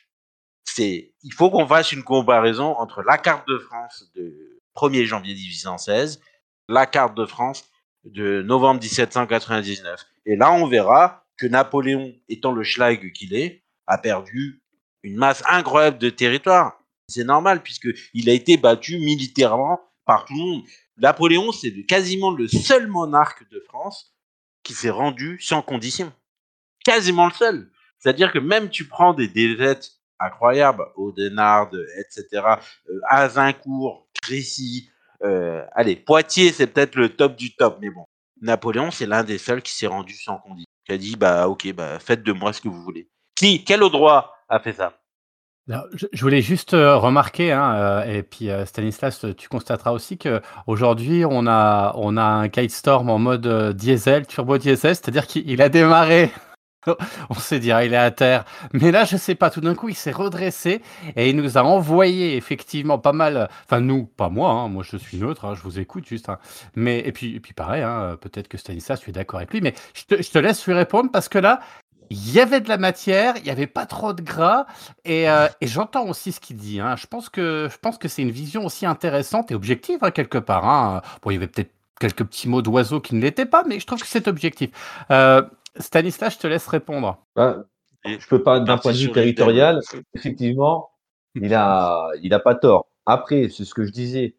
[SPEAKER 3] il faut qu'on fasse une comparaison entre la carte de France de 1er janvier 1816, la carte de France de novembre 1799. Et là, on verra que Napoléon, étant le schlag qu'il est, a perdu une masse incroyable de territoire. C'est normal, puisqu'il a été battu militairement par tout le monde. Napoléon, c'est quasiment le seul monarque de France qui s'est rendu sans condition. Quasiment le seul. C'est-à-dire que même tu prends des défaites incroyables, Audenarde, etc., Azincourt, Crécy, Poitiers, c'est peut-être le top du top, mais bon. Napoléon, c'est l'un des seuls qui s'est rendu sans condition. Qui a dit, ok, faites de moi ce que vous voulez. Quel autre droit a fait ça?
[SPEAKER 2] Alors, je voulais juste remarquer, et puis Stanislas, tu constateras aussi qu'aujourd'hui, on a un Kitestorm en mode diesel, turbo diesel, c'est-à-dire qu'il a démarré. On s'est dit, il est à terre. Mais là, je sais pas, tout d'un coup, il s'est redressé et il nous a envoyé effectivement pas mal. Enfin, nous, pas moi, moi je suis neutre, je vous écoute juste. Mais, et puis pareil, peut-être que Stanislas, tu es d'accord avec lui, mais je te laisse lui répondre parce que là, il y avait de la matière, il n'y avait pas trop de gras, et j'entends aussi ce qu'il dit. Je pense que c'est une vision aussi intéressante et objective, quelque part. Bon, il y avait peut-être quelques petits mots d'oiseau qui ne l'étaient pas, mais je trouve que c'est objectif. Stanislas, je te laisse répondre.
[SPEAKER 4] Je peux pas, d'un point de vue territorial, effectivement, il a pas tort. Après, c'est ce que je disais.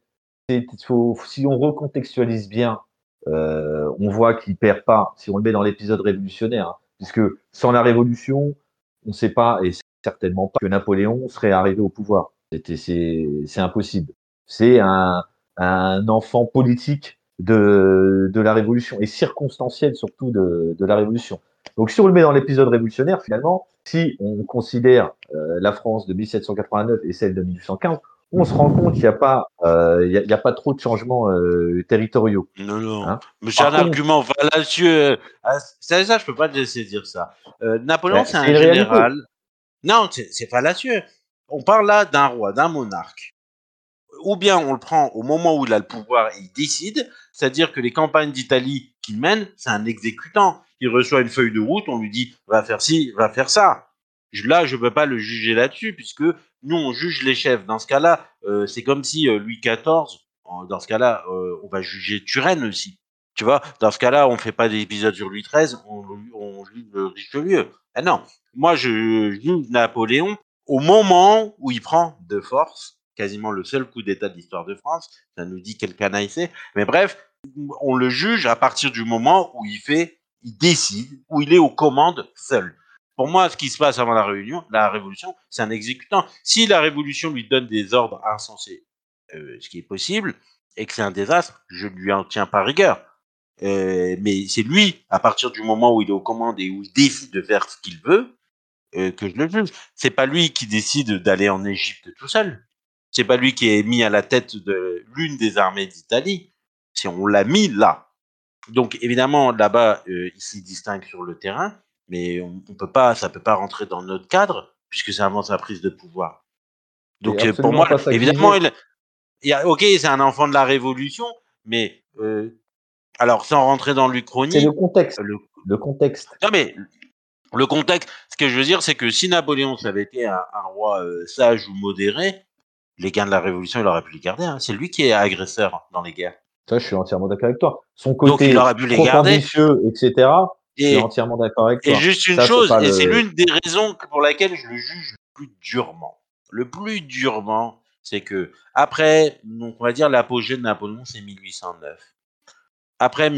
[SPEAKER 4] Si on recontextualise bien, on voit qu'il perd pas, si on le met dans l'épisode révolutionnaire, puisque sans la Révolution, on ne sait pas, et certainement pas, que Napoléon serait arrivé au pouvoir. C'est impossible. C'est un enfant politique de la Révolution, et circonstanciel surtout de la Révolution. Donc si on le met dans l'épisode révolutionnaire, finalement, si on considère la France de 1789 et celle de 1815, on se rend compte qu'il n'y a pas, y a pas trop de changements territoriaux.
[SPEAKER 3] Non. Mais c'est un argument fallacieux. Ça, je peux pas te laisser dire ça. Napoléon, c'est un général. Non, c'est fallacieux. On parle là d'un roi, d'un monarque. Ou bien on le prend au moment où il a le pouvoir et il décide, c'est-à-dire que les campagnes d'Italie qu'il mène, c'est un exécutant. Il reçoit une feuille de route, on lui dit va faire ci, va faire ça. Là, je ne peux pas le juger là-dessus, puisque nous, on juge les chefs. Dans ce cas-là, c'est comme si Louis XIV, dans ce cas-là, on va juger Turenne aussi. Tu vois, dans ce cas-là, on ne fait pas d'épisode sur Louis XIII, on juge Richelieu. Ah non, moi, je juge Napoléon au moment où il prend de force quasiment le seul coup d'état de l'histoire de France. Ça nous dit quel canaille c'est. Mais bref, on le juge à partir du moment où il décide, où il est aux commandes seul. pour moi, ce qui se passe avant la révolution, c'est un exécutant. Si la révolution lui donne des ordres insensés, ce qui est possible, et que c'est un désastre, je lui en tiens pas rigueur. Mais c'est lui, à partir du moment où il est aux commandes et où il décide de faire ce qu'il veut, que je le juge. C'est pas lui qui décide d'aller en Égypte tout seul. C'est pas lui qui est mis à la tête de l'une des armées d'Italie. Si on l'a mis là. Donc évidemment là-bas, il s'y distingue sur le terrain, mais on peut pas, ça peut pas rentrer dans notre cadre puisque c'est avant sa prise de pouvoir.
[SPEAKER 4] C'est
[SPEAKER 3] Donc pour
[SPEAKER 4] absolument
[SPEAKER 3] moi,
[SPEAKER 4] pas ça que je
[SPEAKER 3] évidemment,
[SPEAKER 4] disais.
[SPEAKER 3] ok, c'est un enfant de la Révolution, mais alors sans rentrer dans
[SPEAKER 4] C'est le
[SPEAKER 3] l'Uchronie,
[SPEAKER 4] contexte.
[SPEAKER 3] le,
[SPEAKER 4] Le contexte.
[SPEAKER 3] non mais le contexte, ce que je veux dire, c'est que si Napoléon ça avait été un roi sage ou modéré, les gains de la Révolution, il aurait pu les garder. Hein. C'est lui qui est agresseur dans les guerres.
[SPEAKER 4] Ça, je suis entièrement d'accord avec toi. Son
[SPEAKER 3] Donc il
[SPEAKER 4] côté
[SPEAKER 3] aurait pu les
[SPEAKER 4] trop
[SPEAKER 3] garder.
[SPEAKER 4] ambitieux, etc., je suis
[SPEAKER 3] Et,
[SPEAKER 4] entièrement d'accord avec
[SPEAKER 3] et
[SPEAKER 4] toi.
[SPEAKER 3] juste une
[SPEAKER 4] Ça, c'est
[SPEAKER 3] chose,
[SPEAKER 4] pas
[SPEAKER 3] et c'est
[SPEAKER 4] le.
[SPEAKER 3] l'une des raisons pour laquelle je le juge le plus durement. Le plus durement, c'est que après, donc on va dire l'apogée de Napoléon, c'est 1809. Après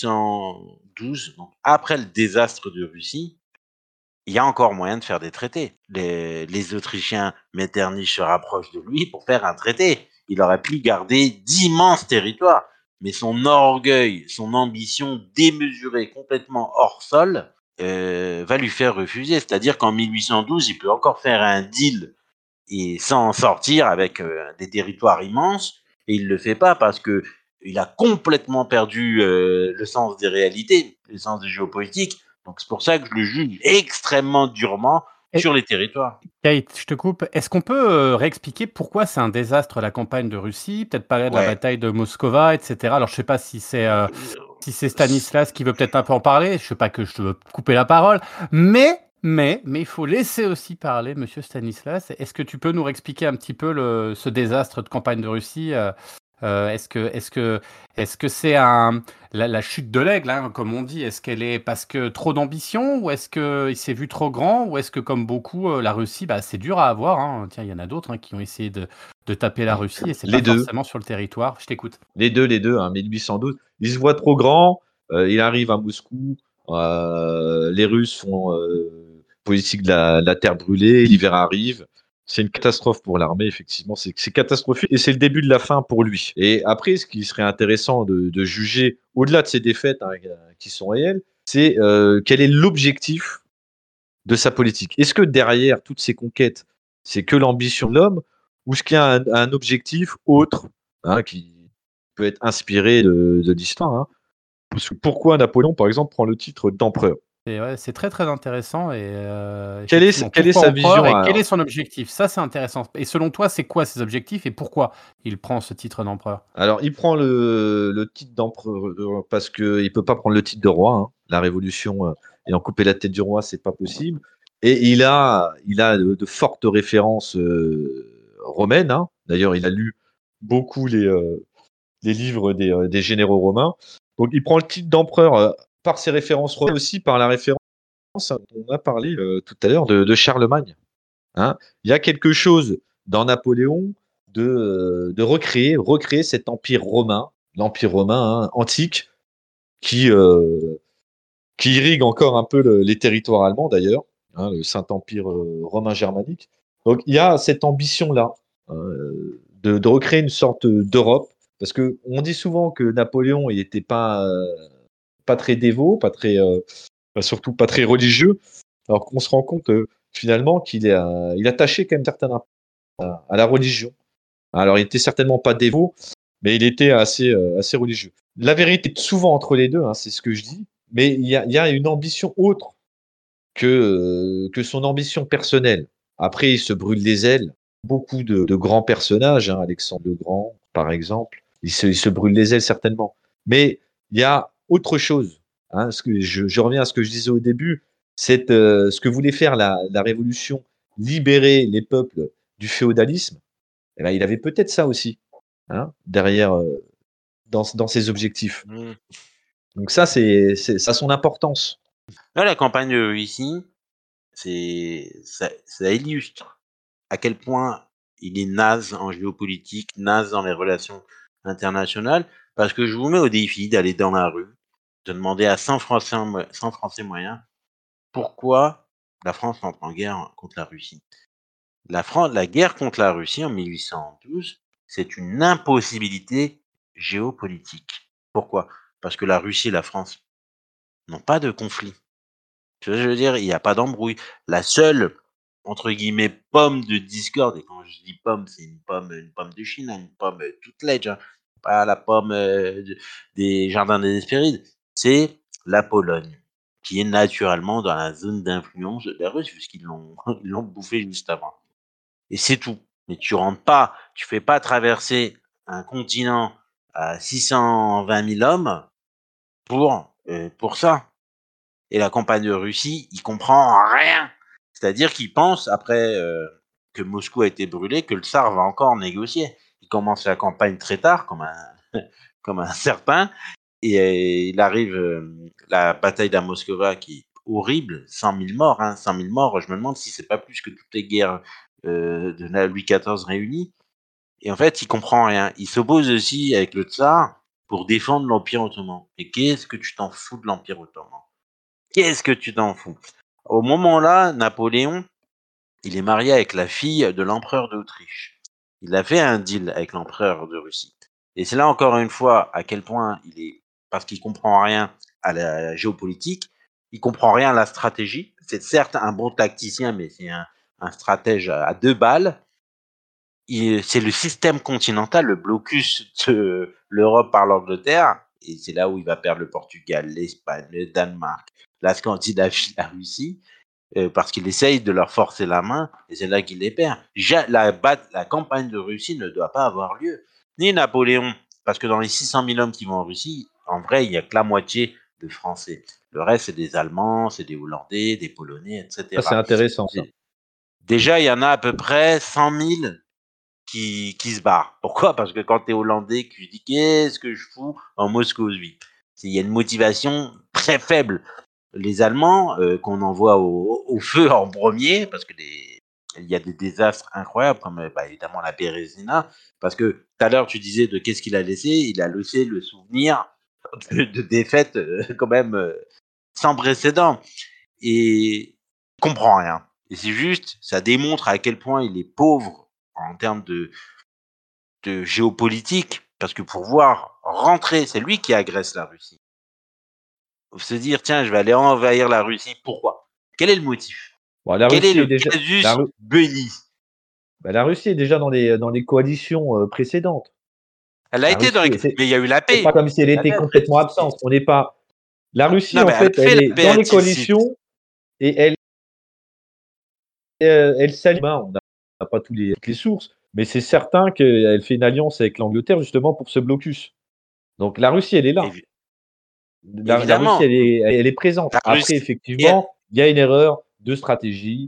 [SPEAKER 3] 1812, donc après le désastre de Russie, il y a encore moyen de faire des traités. Les Autrichiens, Metternich se rapprochent de lui pour faire un traité. Il aurait pu garder d'immenses territoires. Mais son orgueil, son ambition démesurée, complètement hors sol, va lui faire refuser. C'est-à-dire qu'en 1812, il peut encore faire un deal et sans sortir avec des territoires immenses. Et il le fait pas parce que il a complètement perdu le sens des réalités, le sens des géopolitiques. Donc c'est pour ça que je le juge extrêmement durement
[SPEAKER 2] Et
[SPEAKER 3] sur les territoires.
[SPEAKER 2] Kate, je te coupe. Est-ce qu'on peut réexpliquer pourquoi c'est un désastre la campagne de Russie? Peut-être parler de la
[SPEAKER 3] Ouais.
[SPEAKER 2] bataille de Moscova, etc. Alors je sais pas si c'est Stanislas qui veut peut-être un peu en parler. Je sais pas que je veux couper la parole, mais il faut laisser aussi parler Monsieur Stanislas. Est-ce que tu peux nous réexpliquer un petit peu ce désastre de campagne de Russie? Est-ce que c'est la chute de l'aigle, hein, comme on dit? Est-ce qu'elle est parce que trop d'ambition, ou est-ce qu'il s'est vu trop grand, ou est-ce que comme beaucoup, la Russie, bah, c'est dur à avoir, hein. Tiens, il y en a d'autres, hein, qui ont essayé de taper la Russie, et c'est
[SPEAKER 4] Les
[SPEAKER 2] pas
[SPEAKER 4] deux.
[SPEAKER 2] forcément sur le territoire. Je t'écoute.
[SPEAKER 4] Les deux, hein, 1812. Il se voit trop grand, il arrive à Moscou, les Russes font politique de la terre brûlée, l'hiver arrive. C'est une catastrophe pour l'armée, effectivement. C'est catastrophique et c'est le début de la fin pour lui. Et après, ce qui serait intéressant de juger, au-delà de ces défaites hein, qui sont réelles, c'est quel est l'objectif de sa politique. Est-ce que derrière toutes ces conquêtes, c'est que l'ambition de l'homme, ou est-ce qu'il y a un objectif autre hein, qui peut être inspiré de l'histoire hein. Parce que pourquoi Napoléon, par exemple, prend le titre d'empereur?
[SPEAKER 2] Et ouais, c'est très, très intéressant, et effectivement,
[SPEAKER 4] Quelle est
[SPEAKER 2] pourquoi
[SPEAKER 4] sa
[SPEAKER 2] empereur
[SPEAKER 4] vision
[SPEAKER 2] et quel
[SPEAKER 4] alors?
[SPEAKER 2] est son objectif? Ça, c'est intéressant, et selon toi, c'est quoi ses objectifs et pourquoi il prend ce titre d'empereur?
[SPEAKER 4] Alors, il prend le titre d'empereur parce qu'il ne peut pas prendre le titre de roi. Hein. La Révolution, ayant coupé la tête du roi, c'est pas possible. Et il a de fortes références romaines. Hein. D'ailleurs, il a lu beaucoup les livres des généraux romains. Donc, il prend le titre d'empereur par ses références romaines, aussi par la référence dont on a parlé tout à l'heure de Charlemagne. Hein. Il y a quelque chose dans Napoléon de recréer cet empire romain, l'empire romain hein, antique, qui, euh, qui irrigue encore un peu les territoires allemands d'ailleurs, hein, le Saint-Empire romain germanique. Donc il y a cette ambition-là hein, de recréer une sorte d'Europe, parce que on dit souvent que Napoléon il n'était pas très dévot, surtout pas très religieux, alors qu'on se rend compte finalement il attachait quand même certaines à la religion. Alors, il était certainement pas dévot, mais il était assez religieux. La vérité est souvent entre les deux, hein, c'est ce que je dis, mais il y a une ambition autre que son ambition personnelle. Après, il se brûle les ailes. Beaucoup de grands personnages, hein, Alexandre le Grand, par exemple, il se brûle les ailes certainement. Mais il y a autre chose. Hein, je reviens à ce que je disais au début, ce que voulait faire la Révolution, libérer les peuples du féodalisme. Eh ben, il avait peut-être ça aussi, hein, derrière, dans ses objectifs.
[SPEAKER 3] Mmh.
[SPEAKER 4] Donc ça a son importance.
[SPEAKER 3] Là, la campagne de Russie, ça illustre à quel point il est naze en géopolitique, naze dans les relations internationales, parce que je vous mets au défi d'aller dans la rue, de demander à 100 Français moyens pourquoi la France entre en guerre contre la Russie. La guerre contre la Russie en 1812, c'est une impossibilité géopolitique. Pourquoi? Parce que la Russie et la France n'ont pas de conflit. Tu vois ce que je veux dire? Il n'y a pas d'embrouille. La seule, entre guillemets, pomme de discorde, et quand je dis pomme, c'est une pomme de Chine, hein, une pomme toute légère, hein, pas la pomme des jardins des Hespérides, c'est la Pologne, qui est naturellement dans la zone d'influence de la Russie, puisqu'ils l'ont ils l'ont bouffé juste avant. Et c'est tout. Mais tu fais pas traverser un continent à 620 000 hommes pour ça. Et la campagne de Russie, il comprend rien. C'est-à-dire qu'il pense, après que Moscou a été brûlé, que le tsar va encore négocier. Il commence la campagne très tard, comme un certain, et il arrive la bataille d'Amoskova qui est horrible, 100 000 morts, hein, 100 000 morts. Je me demande si c'est pas plus que toutes les guerres de Louis XIV réunies. Et en fait, il comprend rien. Il s'oppose aussi avec le tsar pour défendre l'Empire ottoman. Et qu'est-ce que tu t'en fous de l'Empire ottoman? Qu'est-ce que tu t'en fous? Au moment-là, Napoléon, il est marié avec la fille de l'empereur d'Autriche. Il a fait un deal avec l'empereur de Russie. Et c'est là encore une fois à quel point parce qu'il comprend rien à la géopolitique, il comprend rien à la stratégie. C'est certes un bon tacticien, mais c'est un stratège à 2 balles. C'est le système continental, le blocus de l'Europe par l'Angleterre, et c'est là où il va perdre le Portugal, l'Espagne, le Danemark, la Scandinavie, la Russie, parce qu'il essaye de leur forcer la main, et c'est là qu'il les perd. La campagne de Russie ne doit pas avoir lieu. Ni Napoléon, parce que dans les 600 000 hommes qui vont en Russie, en vrai, il n'y a que la moitié de Français. Le reste, c'est des Allemands, c'est des Hollandais, des Polonais, etc.
[SPEAKER 4] Ça, c'est intéressant, ça.
[SPEAKER 3] Déjà, il y en a à peu près 100 000 qui se barrent. Pourquoi? Parce que quand tu es hollandais, tu dis qu'est-ce que je fous en Moscovie? Il y a une motivation très faible. Les Allemands, qu'on envoie au feu en premier, parce que il y a des désastres incroyables, comme évidemment la Bérésina, parce que tout à l'heure tu disais de qu'est-ce qu'il a laissé, il a laissé le souvenir de défaites quand même sans précédent. Et il comprend rien. Et c'est juste, ça démontre à quel point il est pauvre en termes de géopolitique, parce que pour voir rentrer, c'est lui qui agresse la Russie. Se dire, tiens, je vais aller envahir la Russie, pourquoi? Quel est le motif?
[SPEAKER 4] Bon, la
[SPEAKER 3] Quel est
[SPEAKER 4] Russie est
[SPEAKER 3] le
[SPEAKER 4] déjà,
[SPEAKER 3] casus
[SPEAKER 4] la, Ru-
[SPEAKER 3] belli?
[SPEAKER 4] la Russie est déjà dans les coalitions précédentes.
[SPEAKER 3] Elle a
[SPEAKER 4] La
[SPEAKER 3] été dans
[SPEAKER 4] Russie,
[SPEAKER 3] les... Mais il y a eu la
[SPEAKER 4] c'est pas
[SPEAKER 3] paix.
[SPEAKER 4] comme si elle
[SPEAKER 3] Elle
[SPEAKER 4] était
[SPEAKER 3] a
[SPEAKER 4] complètement
[SPEAKER 3] fait-
[SPEAKER 4] absente. On n'est pas. La Russie,
[SPEAKER 3] Non,
[SPEAKER 4] en
[SPEAKER 3] mais elle
[SPEAKER 4] fait,
[SPEAKER 3] a fait
[SPEAKER 4] elle
[SPEAKER 3] la
[SPEAKER 4] est
[SPEAKER 3] paix
[SPEAKER 4] dans
[SPEAKER 3] à
[SPEAKER 4] les
[SPEAKER 3] Tilsit.
[SPEAKER 4] coalitions et elle s'allie. On n'a pas toutes les sources, mais c'est certain qu'elle fait une alliance avec l'Angleterre justement pour ce blocus. Donc la Russie, elle est là.
[SPEAKER 3] Évi-
[SPEAKER 4] La Russie,
[SPEAKER 3] Évidemment.
[SPEAKER 4] elle est présente.
[SPEAKER 3] La
[SPEAKER 4] Après,
[SPEAKER 3] Russie...
[SPEAKER 4] effectivement, il y a une erreur de stratégie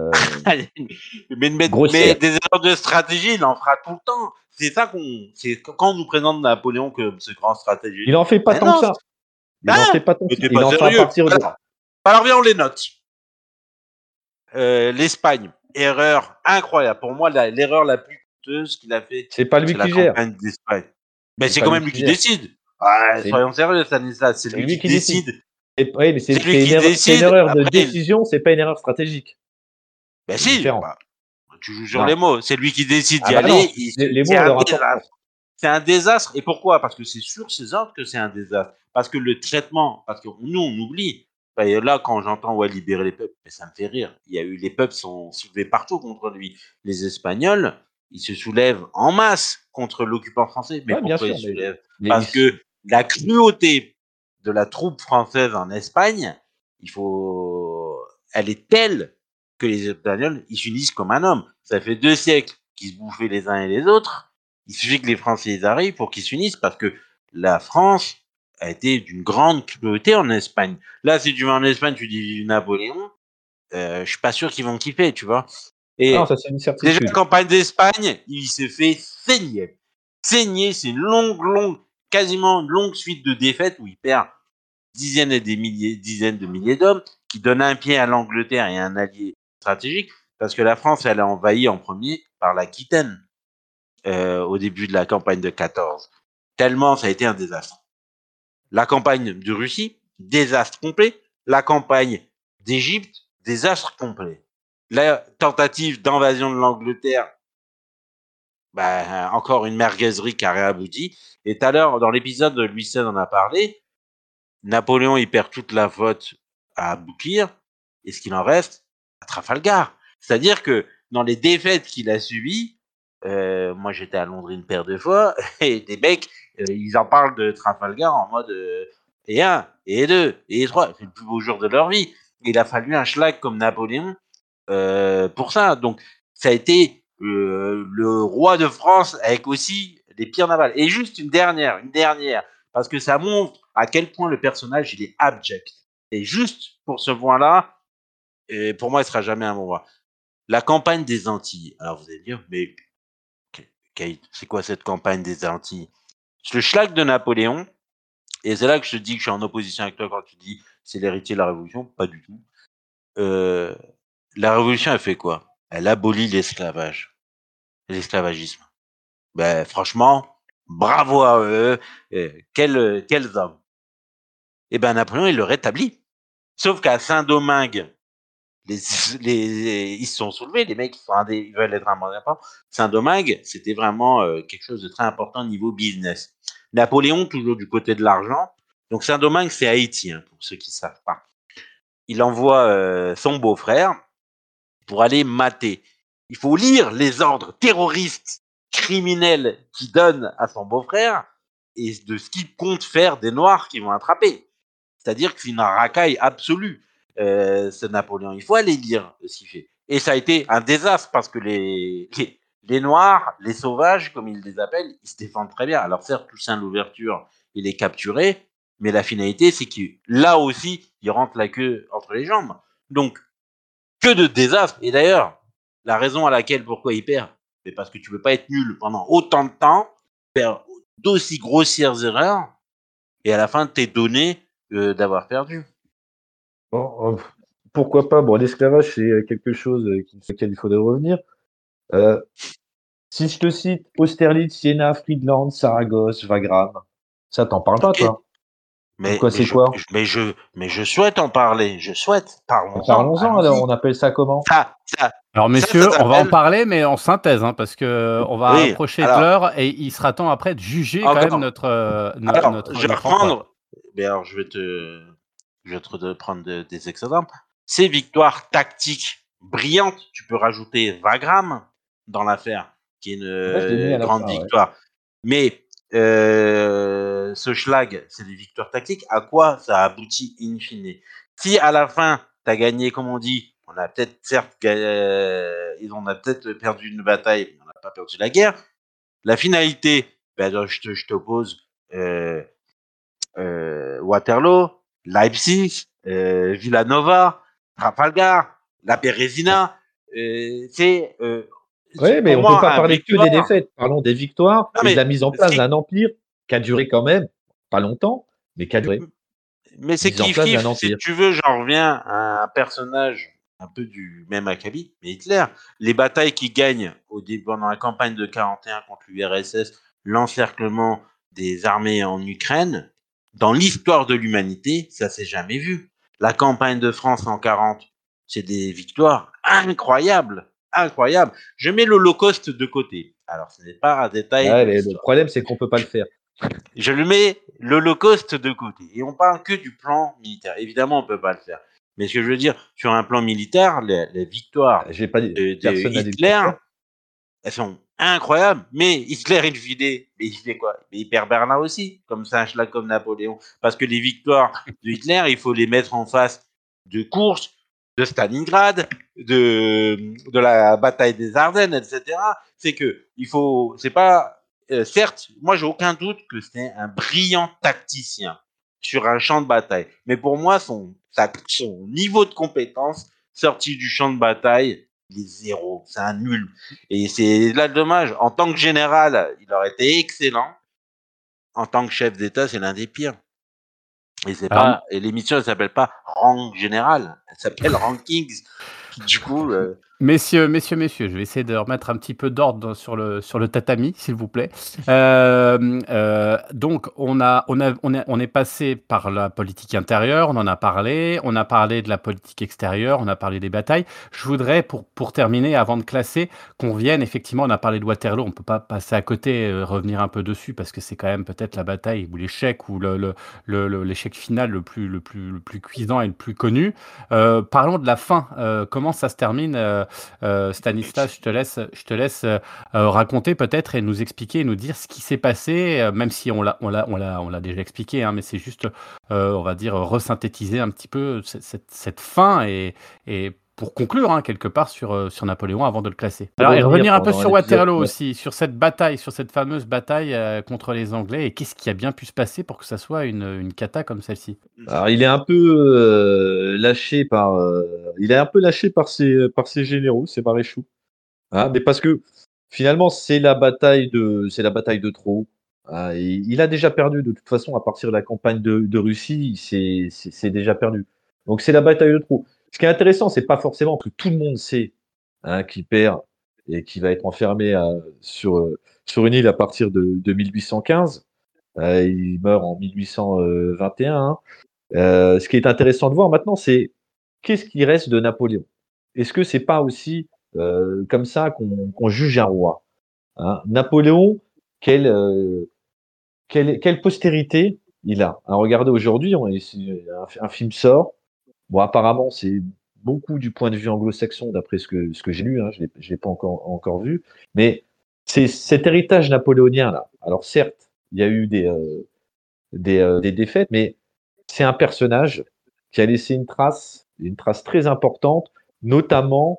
[SPEAKER 3] mais
[SPEAKER 4] grossière.
[SPEAKER 3] des erreurs de stratégie, il en fera tout le temps. C'est ça c'est quand on nous présente Napoléon comme ce grand stratégiste.
[SPEAKER 4] Il n'en fait pas
[SPEAKER 3] Mais
[SPEAKER 4] tant que
[SPEAKER 3] non,
[SPEAKER 4] ça. Il n'en fait pas tant
[SPEAKER 3] mais
[SPEAKER 4] que ça.
[SPEAKER 3] t'es
[SPEAKER 4] Il
[SPEAKER 3] pas
[SPEAKER 4] en fait à
[SPEAKER 3] sérieux.
[SPEAKER 4] partir de.
[SPEAKER 3] Alors viens, on les note. L'Espagne, erreur incroyable. Pour moi, l'erreur la plus coûteuse qu'il a fait,
[SPEAKER 4] C'est pas lui
[SPEAKER 3] c'est la
[SPEAKER 4] qui gère.
[SPEAKER 3] campagne d'Espagne. Mais
[SPEAKER 4] C'est
[SPEAKER 3] c'est
[SPEAKER 4] pas
[SPEAKER 3] quand
[SPEAKER 4] lui
[SPEAKER 3] même lui
[SPEAKER 4] qui
[SPEAKER 3] qui
[SPEAKER 4] gère.
[SPEAKER 3] décide. Ah,
[SPEAKER 4] C'est
[SPEAKER 3] soyons sérieux, Stanislas, c'est
[SPEAKER 4] c'est
[SPEAKER 3] lui
[SPEAKER 4] lui
[SPEAKER 3] qui
[SPEAKER 4] qui décide.
[SPEAKER 3] décide.
[SPEAKER 4] Oui, mais
[SPEAKER 3] C'est lui qui
[SPEAKER 4] c'est une
[SPEAKER 3] décide.
[SPEAKER 4] erreur de
[SPEAKER 3] Après,
[SPEAKER 4] décision, c'est pas une erreur stratégique.
[SPEAKER 3] ben
[SPEAKER 4] C'est
[SPEAKER 3] si,
[SPEAKER 4] différent.
[SPEAKER 3] tu joues sur
[SPEAKER 4] Non.
[SPEAKER 3] les mots. C'est lui qui décide
[SPEAKER 4] Ah
[SPEAKER 3] d'y
[SPEAKER 4] bah non,
[SPEAKER 3] aller.
[SPEAKER 4] les mots
[SPEAKER 3] C'est
[SPEAKER 4] ont
[SPEAKER 3] un
[SPEAKER 4] leur importance.
[SPEAKER 3] désastre. C'est un désastre. Et pourquoi? Parce que c'est sur ces ordres que c'est un désastre. Parce que le traitement, parce que nous, on oublie. Et là, quand j'entends libérer les peuples, mais ça me fait rire. Les peuples sont soulevés partout contre lui. Les Espagnols, ils se soulèvent en masse contre l'occupant français. Mais
[SPEAKER 4] Ouais, bien
[SPEAKER 3] pourquoi ils
[SPEAKER 4] sûr,
[SPEAKER 3] se soulèvent?
[SPEAKER 4] mais
[SPEAKER 3] Parce que la cruauté de la troupe française en Espagne, elle est telle que les Espagnols, ils s'unissent comme un homme. Ça fait 2 siècles qu'ils se bouffaient les uns et les autres. Il suffit que les Français arrivent pour qu'ils s'unissent parce que la France a été d'une grande cruauté en Espagne. Là, si tu vas en Espagne, tu dis Napoléon, je suis pas sûr qu'ils vont kiffer, tu vois.
[SPEAKER 4] non,
[SPEAKER 3] Et
[SPEAKER 4] ça c'est une
[SPEAKER 3] déjà,
[SPEAKER 4] certitude.
[SPEAKER 3] la campagne d'Espagne, il s'est fait saigner. Saigner, c'est quasiment une longue suite de défaites où il perd dizaines de milliers d'hommes, qui donnent un pied à l'Angleterre et un allié stratégique, parce que la France, elle a envahi en premier par l'Aquitaine au début de la campagne de 14. Tellement ça a été un désastre. La campagne de Russie, désastre complet. La campagne d'Égypte, désastre complet. La tentative d'invasion de l'Angleterre, encore une merguezerie qui a réabouti. Et tout à l'heure, dans l'épisode de Louis XVI, on a parlé, Napoléon, il perd toute la flotte à Aboukir, et ce qu'il en reste, à Trafalgar. C'est-à-dire que dans les défaites qu'il a subies, moi j'étais à Londres une paire de fois, et des mecs, ils en parlent de Trafalgar en mode et 1, et 2, et 3, c'est le plus beau jour de leur vie. Il a fallu un schlag comme Napoléon pour ça. Donc ça a été le roi de France avec aussi les pires navals. Et juste une dernière, parce que ça montre à quel point le personnage il est abject. Et juste pour ce point-là, et pour moi, il sera jamais un bon roi. La campagne des Antilles. Alors vous allez dire, mais Kate, c'est quoi cette campagne des Antilles? C'est le schlag de Napoléon. Et c'est là que je te dis que je suis en opposition avec toi quand tu dis c'est l'héritier de la Révolution. Pas du tout. La Révolution, elle fait quoi? Elle abolit l'esclavage. L'esclavagisme. Ben, franchement, bravo à eux. Quels hommes. Et ben, Napoléon, il le rétablit. Sauf qu'à Saint-Domingue, ils se sont soulevés, les mecs, ils veulent être indépendants. Saint-Domingue, c'était vraiment quelque chose de très important au niveau business. Napoléon, toujours du côté de l'argent. Donc, Saint-Domingue, c'est Haïti, hein, pour ceux qui ne savent pas. Il envoie son beau-frère pour aller mater. Il faut lire les ordres terroristes, criminels qu'il donne à son beau-frère et de ce qu'il compte faire des Noirs qui vont attraper. C'est-à-dire que c'est une racaille absolue, ce Napoléon. Il faut aller lire ce qu'il fait. Et ça a été un désastre parce que les Noirs, les sauvages, comme ils les appellent, ils se défendent très bien. Alors certes, Toussaint Louverture, il est capturé, mais la finalité, c'est que là aussi, il rentre la queue entre les jambes. Donc, que de désastres. Et d'ailleurs, la raison à laquelle, pourquoi il perd, c'est parce que tu peux pas être nul pendant autant de temps, faire d'aussi grossières erreurs, et à la fin, t'es donné d'avoir perdu.
[SPEAKER 4] Bon, pourquoi pas? Bon, l'esclavage, c'est quelque chose sur lequel il faudrait revenir. Si je te cite Austerlitz, Siena, Friedland, Saragosse, Wagram, ça t'en parle pas,
[SPEAKER 3] Ok.
[SPEAKER 4] toi?
[SPEAKER 3] Mais je souhaite en parler. Parlons-en.
[SPEAKER 4] Parlons-en, alors, on appelle ça comment?
[SPEAKER 2] Alors messieurs,
[SPEAKER 3] ça
[SPEAKER 2] on va en
[SPEAKER 3] s'appelle-
[SPEAKER 2] parler, mais en synthèse, hein, parce que on va
[SPEAKER 3] Oui,
[SPEAKER 2] approcher
[SPEAKER 3] alors-
[SPEAKER 2] de l'heure et il sera temps après de juger quand
[SPEAKER 3] Encore.
[SPEAKER 2] même notre
[SPEAKER 3] Alors, je vais
[SPEAKER 2] notre emploi.
[SPEAKER 3] reprendre. Mais alors, je vais te prendre des exemples. Ces victoires tactiques brillantes, tu peux rajouter Wagram dans l'affaire, qui est
[SPEAKER 4] Je l'ai mis à
[SPEAKER 3] une
[SPEAKER 4] la
[SPEAKER 3] grande
[SPEAKER 4] fin, ouais.
[SPEAKER 3] victoire. Mais ce schlag, c'est des victoires tactiques. À quoi ça aboutit in fine? Si à la fin, tu as gagné, comme on dit, on a peut-être on a peut-être perdu une bataille, mais on n'a pas perdu la guerre. La finalité, je t'oppose Waterloo, Leipzig, Villanova, Trafalgar, la Bérésina.
[SPEAKER 4] Oui, mais
[SPEAKER 3] pour
[SPEAKER 4] on
[SPEAKER 3] moi
[SPEAKER 4] peut pas
[SPEAKER 3] un
[SPEAKER 4] parler que des
[SPEAKER 3] victoire.
[SPEAKER 4] défaites. Parlons des victoires
[SPEAKER 3] Non,
[SPEAKER 4] et de
[SPEAKER 3] mais
[SPEAKER 4] la mise en place
[SPEAKER 3] c'est-
[SPEAKER 4] d'un empire qui a duré quand même, pas longtemps, mais qui a duré.
[SPEAKER 3] Mais c'est
[SPEAKER 4] Mise en place d'un
[SPEAKER 3] kiff-kiff. Si
[SPEAKER 4] empire.
[SPEAKER 3] tu veux, j'en reviens à un personnage un peu du même acabit, mais Hitler. Les batailles qu'il gagne pendant la campagne de 41 contre l'URSS, l'encerclement des armées en Ukraine, dans l'histoire de l'humanité, ça s'est jamais vu. La campagne de France en 40, c'est des victoires incroyables. Incroyables. Je mets l'Holocauste de côté. Alors, ce n'est pas un détail
[SPEAKER 4] Ouais,
[SPEAKER 3] de
[SPEAKER 4] le
[SPEAKER 3] l'histoire.
[SPEAKER 4] problème, c'est qu'on peut pas le faire.
[SPEAKER 3] Je le mets l'Holocauste de côté. Et on parle que du plan militaire. Évidemment, on peut pas le faire. Mais ce que je veux dire, sur un plan militaire, les victoires
[SPEAKER 4] J'ai pas dit,
[SPEAKER 3] de
[SPEAKER 4] personne n'a dit le
[SPEAKER 3] Hitler,
[SPEAKER 4] contraire.
[SPEAKER 3] elles sont incroyables. Mais Hitler, mais il fait quoi? Mais il perd Berlin aussi, comme ça, un schlag comme Napoléon. Parce que les victoires de Hitler, il faut les mettre en face de courses, de Stalingrad, de la bataille des Ardennes, etc. C'est que c'est pas, certes, moi j'ai aucun doute que c'est un brillant tacticien sur un champ de bataille. Mais pour moi, son niveau de compétence sorti du champ de bataille, il est zéro. C'est un nul. Et c'est là le dommage. En tant que général, il aurait été excellent. En tant que chef d'État, c'est l'un des pires. Et l'émission, elle s'appelle pas Rang Général. Elle s'appelle Rankings. Du coup,
[SPEAKER 2] Messieurs, je vais essayer de remettre un petit peu d'ordre sur le tatami, s'il vous plaît. Donc on est passé par la politique intérieure, on en a parlé, on a parlé de la politique extérieure, on a parlé des batailles. Je voudrais, pour terminer, avant de classer, qu'on vienne effectivement, on a parlé de Waterloo, on peut pas passer à côté, revenir un peu dessus parce que c'est quand même peut-être la bataille ou l'échec ou l'échec final le plus cuisant et le plus connu. Parlons de la fin, comment ça se termine, Stanislas, je te laisse raconter peut-être et nous expliquer et nous dire ce qui s'est passé, même si on l'a déjà expliqué, hein, mais c'est juste, on va dire, resynthétiser un petit peu cette fin et pour conclure, hein, quelque part sur Napoléon avant de le classer.
[SPEAKER 4] Pour
[SPEAKER 2] Alors, et
[SPEAKER 4] revenir
[SPEAKER 2] revenir un peu
[SPEAKER 4] pendant
[SPEAKER 2] sur
[SPEAKER 4] l'épisode,
[SPEAKER 2] Waterloo
[SPEAKER 4] ouais.
[SPEAKER 2] aussi, sur cette bataille, sur cette fameuse bataille contre les Anglais, et qu'est-ce qui a bien pu se passer pour que ça soit une cata comme celle-ci?
[SPEAKER 4] Alors, il est un peu lâché il est un peu lâché par ses généraux, ses maréchaux. Hein, mais parce que finalement, c'est la bataille de trop. Hein, et il a déjà perdu de toute façon à partir de la campagne de Russie, c'est déjà perdu. Donc c'est la bataille de trop. Ce qui est intéressant, c'est pas forcément que tout le monde sait, hein, qu'il perd et qu'il va être enfermé sur une île à partir de 1815. Il meurt en 1821. Hein. Ce qui est intéressant de voir maintenant, c'est qu'est-ce qui reste de Napoléon? Est-ce que c'est pas aussi comme ça qu'on juge un roi? Hein? Napoléon, quelle, euh, quelle postérité il a? Hein, regardez aujourd'hui, un film sort. Bon, apparemment, c'est beaucoup du point de vue anglo-saxon, d'après ce que j'ai lu. Hein, je l'ai pas encore vu, mais c'est cet héritage napoléonien là. Alors certes, il y a eu des défaites, mais c'est un personnage qui a laissé une trace très importante, notamment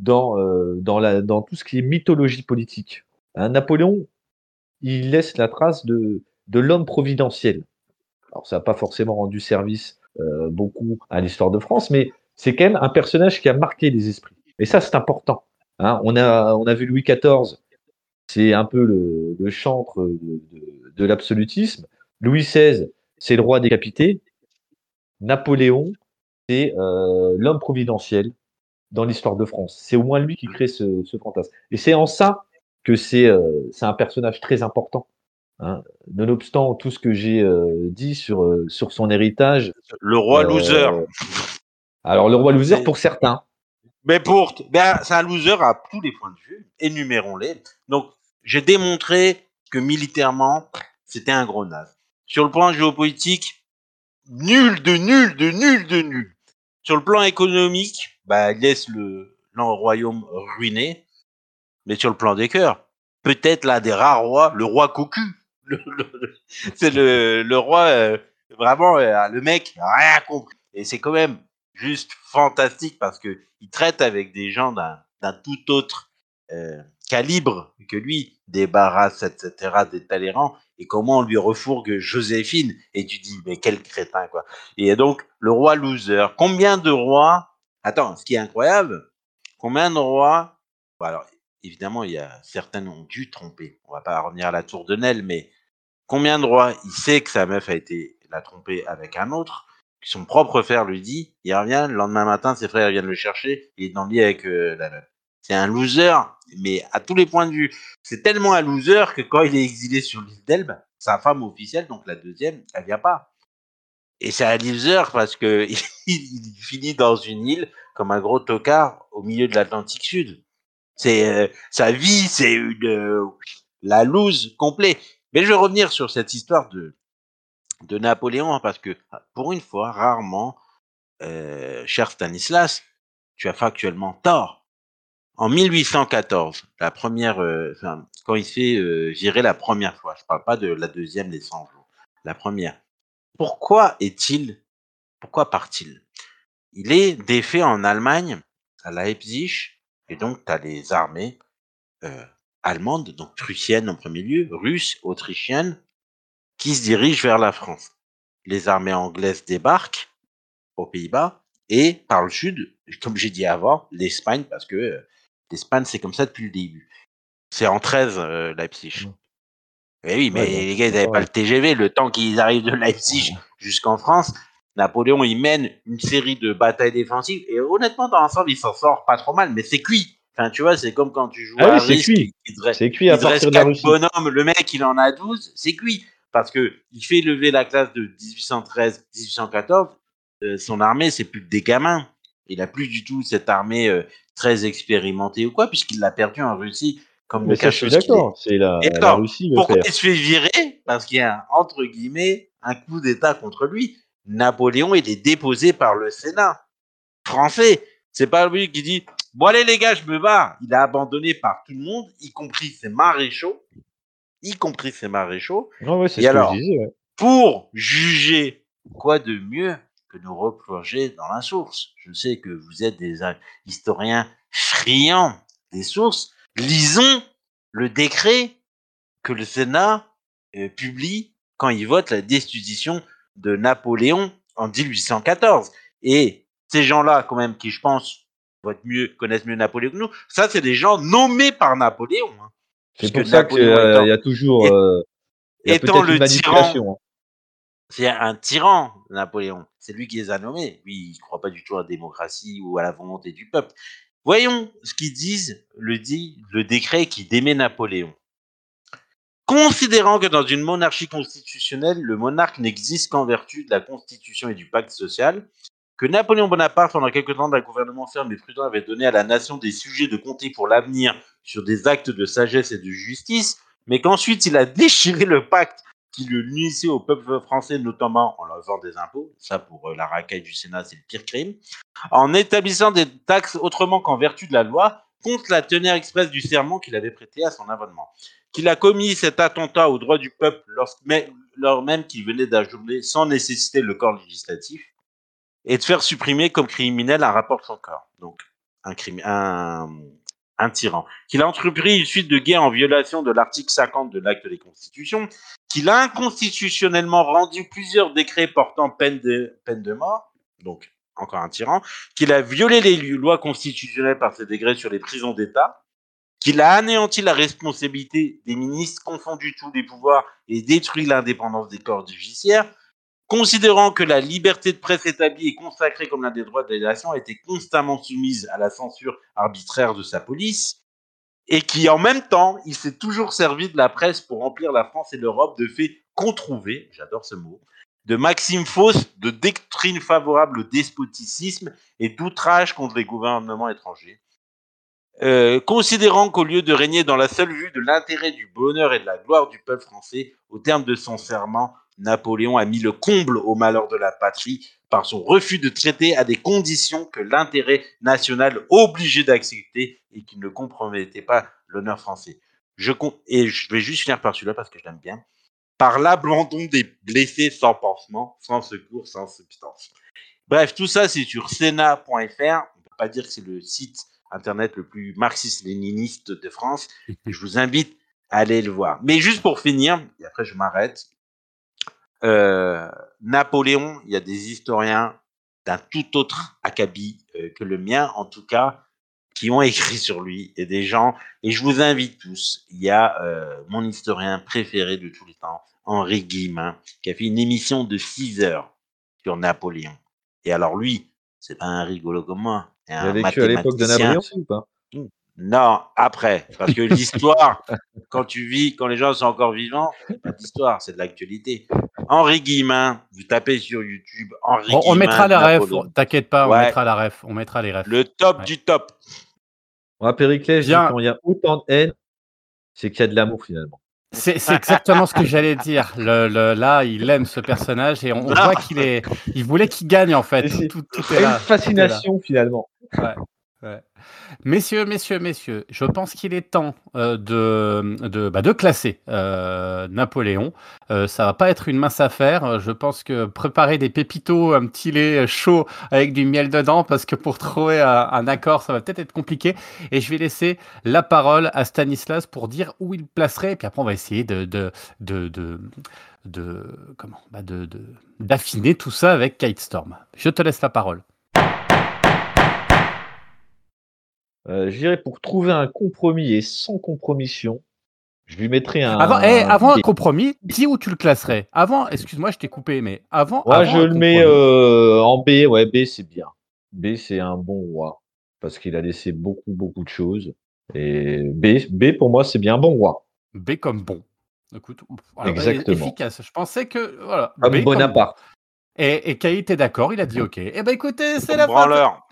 [SPEAKER 4] dans tout ce qui est mythologie politique. Hein, Napoléon, il laisse la trace de l'homme providentiel. Alors, ça n'a pas forcément rendu service beaucoup à l'histoire de France, mais c'est quand même un personnage qui a marqué les esprits. Et ça, c'est important. Hein, on a vu Louis XIV, c'est un peu le chantre de l'absolutisme. Louis XVI, c'est le roi décapité. Napoléon, c'est l'homme providentiel dans l'histoire de France. C'est au moins lui qui crée ce fantasme. Et c'est en ça que c'est un personnage très important. Hein. Nonobstant tout ce que j'ai dit sur son héritage.
[SPEAKER 3] Le roi loser.
[SPEAKER 4] euh, alors, le roi loser
[SPEAKER 3] C'est-
[SPEAKER 4] pour certains.
[SPEAKER 3] C'est un loser à tous les points de vue. Énumérons-les. Donc, j'ai démontré que militairement, c'était un gros naze. Sur le plan géopolitique, nul de nul de nul de nul. Sur le plan économique, il laisse le royaume ruiné. Mais sur le plan des cœurs, peut-être l'un des rares rois, le roi cocu. C'est le roi, vraiment, le mec, rien compris. Et c'est quand même juste fantastique parce que il traite avec des gens d'un tout autre calibre que lui, débarrasse, etc., des Talleyrand, et comment on lui refourgue Joséphine, et tu dis, mais quel crétin, quoi. Et donc, le roi loser. Combien de rois, attends, ce qui est incroyable, combien de rois, alors, évidemment, il y a certains ont dû tromper. On va pas revenir à la tour de Nesle, mais combien de rois il sait que sa meuf l'a trompé avec un autre, que son propre frère lui dit, il revient, le lendemain matin, ses frères viennent le chercher, il est dans le lit avec la meuf. C'est un loser, mais à tous les points de vue. C'est tellement un loser que quand il est exilé sur l'île d'Elbe, sa femme officielle, donc la deuxième, elle vient pas. Et c'est un loser parce que il finit dans une île comme un gros tocard au milieu de l'Atlantique Sud. C'est sa vie, c'est la loose complète. Mais je vais revenir sur cette histoire de Napoléon hein, parce que pour une fois, rarement, cher Stanislas, tu as factuellement tort. En 1814, la première, quand il se fait virer la première fois, je parle pas de la deuxième, les 100 jours, la première. Pourquoi part-il? Il est défait en Allemagne, à Leipzig, et donc tu as les armées allemandes, donc prussiennes en premier lieu, russes, autrichiennes, qui se dirigent vers la France. Les armées anglaises débarquent aux Pays-Bas et par le sud, comme j'ai dit avant, l'Espagne, parce que l'Espagne c'est comme ça depuis le début. C'est en 13 Leipzig. Eh oui, mais
[SPEAKER 4] Ouais,
[SPEAKER 3] les gars, ils
[SPEAKER 4] c'est
[SPEAKER 3] n'avaient pas le
[SPEAKER 4] pareil.
[SPEAKER 3] TGV, le temps qu'ils arrivent de Leipzig jusqu'en France, Napoléon, il mène une série de batailles défensives et honnêtement, dans l'ensemble, il s'en sort pas trop mal, mais c'est cuit. Enfin, tu vois, c'est comme quand tu joues à
[SPEAKER 4] c'est
[SPEAKER 3] risque,
[SPEAKER 4] cuit. C'est cuit à
[SPEAKER 3] il te reste
[SPEAKER 4] partir de la
[SPEAKER 3] 4
[SPEAKER 4] Russie.
[SPEAKER 3] bonhommes, le mec, il en a 12, c'est cuit. Parce que il fait lever la classe de 1813-1814, son armée, c'est plus que des gamins. Il a plus du tout cette armée très expérimentée ou quoi, puisqu'il l'a perdu en Russie comme
[SPEAKER 4] Mais
[SPEAKER 3] le
[SPEAKER 4] ça, je suis
[SPEAKER 3] cachot qu'il est.
[SPEAKER 4] d'accord. C'est
[SPEAKER 3] Et
[SPEAKER 4] la
[SPEAKER 3] alors,
[SPEAKER 4] Russie le
[SPEAKER 3] pourquoi
[SPEAKER 4] père.
[SPEAKER 3] il se fait virer? Parce qu'il y a, entre guillemets, un coup d'État contre lui. Napoléon, il est déposé par le Sénat français. C'est pas lui qui dit « Bon allez les gars, je me barre ». Il est abandonné par tout le monde, y compris ses maréchaux.
[SPEAKER 4] Ouais, c'est
[SPEAKER 3] Et
[SPEAKER 4] ce que je
[SPEAKER 3] alors,
[SPEAKER 4] disais. Ouais.
[SPEAKER 3] pour juger, quoi de mieux que nous replonger dans la source? Je sais que vous êtes des historiens friands des sources. Lisons le décret que le Sénat publie quand il vote la destitution de Napoléon en 1814. Et ces gens-là, quand même, qui, je pense, connaissent mieux Napoléon que nous, ça, c'est des gens nommés par Napoléon. Hein,
[SPEAKER 4] C'est
[SPEAKER 3] puisque
[SPEAKER 4] pour ça qu'il
[SPEAKER 3] Napoléon
[SPEAKER 4] y a toujours il y a
[SPEAKER 3] étant
[SPEAKER 4] peut-être une
[SPEAKER 3] le tyran,
[SPEAKER 4] manipulation. Hein.
[SPEAKER 3] c'est un tyran, Napoléon. C'est lui qui les a nommés. Lui, il ne croit pas du tout à la démocratie ou à la volonté du peuple. Voyons ce qu'ils disent, le décret qui démet Napoléon. Considérant que dans une monarchie constitutionnelle, le monarque n'existe qu'en vertu de la Constitution et du pacte social, que Napoléon Bonaparte, pendant quelque temps d'un gouvernement ferme et prudent, avait donné à la nation des sujets de compter pour l'avenir sur des actes de sagesse et de justice, mais qu'ensuite il a déchiré le pacte qui le unissait au peuple français, notamment en levant des impôts, ça pour la racaille du Sénat, c'est le pire crime, en établissant des taxes autrement qu'en vertu de la loi, contre la teneur expresse du serment qu'il avait prêté à son avènement. Qu'il a commis cet attentat aux droits du peuple lors même qu'il venait d'ajourner sans nécessiter le corps législatif et de faire supprimer comme criminel un rapport de son corps. Donc, un tyran. Qu'il a entrepris une suite de guerre en violation de l'article 50 de l'acte des constitutions, qu'il a inconstitutionnellement rendu plusieurs décrets portant peine de mort, donc encore un tyran, qu'il a violé les lois constitutionnelles par ses décrets sur les prisons d'État, qu'il a anéanti la responsabilité des ministres, confondu tous les pouvoirs et détruit l'indépendance des corps judiciaires, considérant que la liberté de presse établie et consacrée comme l'un des droits de la nation a été constamment soumise à la censure arbitraire de sa police, et qui, en même temps, il s'est toujours servi de la presse pour remplir la France et l'Europe de faits controuvés, j'adore ce mot, de maximes fausses, de doctrines favorables au despoticisme et d'outrages contre les gouvernements étrangers. Considérant qu'au lieu de régner dans la seule vue de l'intérêt, du bonheur et de la gloire du peuple français, au terme de son serment, Napoléon a mis le comble au malheur de la patrie par son refus de traiter à des conditions que l'intérêt national obligeait d'accepter et qui ne compromettaient pas l'honneur français. Et je vais juste finir par celui-là parce que je l'aime bien. Par l'abandon des blessés sans pansement, sans secours, sans substance. Bref, tout ça, c'est sur Sénat.fr. On ne peut pas dire que c'est le site internet le plus marxiste-léniniste de France. Je vous invite à aller le voir. Mais juste pour finir, et après je m'arrête, Napoléon, il y a des historiens d'un tout autre acabit que le mien, en tout cas, qui ont écrit sur lui, et des gens, et je vous invite tous, il y a mon historien préféré de tous les temps, Henri Guillemin, qui a fait une émission de 6 heures sur Napoléon. Et alors lui, c'est pas un rigolo comme moi, c'est
[SPEAKER 4] Il a
[SPEAKER 3] un
[SPEAKER 4] vécu à l'époque de
[SPEAKER 3] mathématicien.
[SPEAKER 4] Napoléon ou pas?
[SPEAKER 3] Non, après, parce que l'histoire, quand les gens sont encore vivants, c'est pas d'histoire, c'est de l'actualité. Henri Guillemin, vous tapez sur YouTube, Henri Guillemin.
[SPEAKER 2] On mettra la ref,
[SPEAKER 3] Napoléon.
[SPEAKER 2] t'inquiète pas,
[SPEAKER 3] Ouais.
[SPEAKER 2] on mettra la ref, on mettra les refs.
[SPEAKER 3] Le top
[SPEAKER 2] Ouais.
[SPEAKER 3] du top.
[SPEAKER 4] Moi, Périclès,
[SPEAKER 2] Bien.
[SPEAKER 4] quand il y a autant de haine, c'est qu'il y a de l'amour finalement.
[SPEAKER 2] C'est exactement ce que j'allais dire. Là, il aime ce personnage et on voit il voulait qu'il gagne en fait. Tout est là.
[SPEAKER 4] Une fascination finalement.
[SPEAKER 2] Ouais. Messieurs, je pense qu'il est temps de classer Napoléon. Ça va pas être une mince affaire. Je pense que préparer des pépitos, un petit lait chaud avec du miel dedans, parce que pour trouver un accord, ça va peut-être être compliqué. Et je vais laisser la parole à Stanislas pour dire où il placerait. Et puis après, on va essayer d'affiner tout ça avec Kite Storm. Je te laisse la parole.
[SPEAKER 4] Je dirais pour trouver un compromis et sans compromission, Je lui mettrais
[SPEAKER 2] Avant un
[SPEAKER 4] B.
[SPEAKER 2] compromis, dis où tu le classerais. Avant, excuse-moi, je t'ai coupé, mais
[SPEAKER 4] Moi, je
[SPEAKER 2] avant un
[SPEAKER 4] le mets
[SPEAKER 2] compromis.
[SPEAKER 4] en B. Ouais, B, c'est bien. B, c'est un bon roi. Parce qu'il a laissé beaucoup, beaucoup de choses. Et B pour moi, c'est bien un bon roi.
[SPEAKER 2] B comme bon. Écoute, alors,
[SPEAKER 4] Exactement.
[SPEAKER 2] efficace. Je pensais que, voilà,
[SPEAKER 4] Comme
[SPEAKER 2] B comme bon.
[SPEAKER 4] Bonaparte.
[SPEAKER 2] Et Kate était d'accord, il a dit OK. Eh ben écoutez, c'est
[SPEAKER 3] Comme
[SPEAKER 2] la fin de...
[SPEAKER 3] branleur.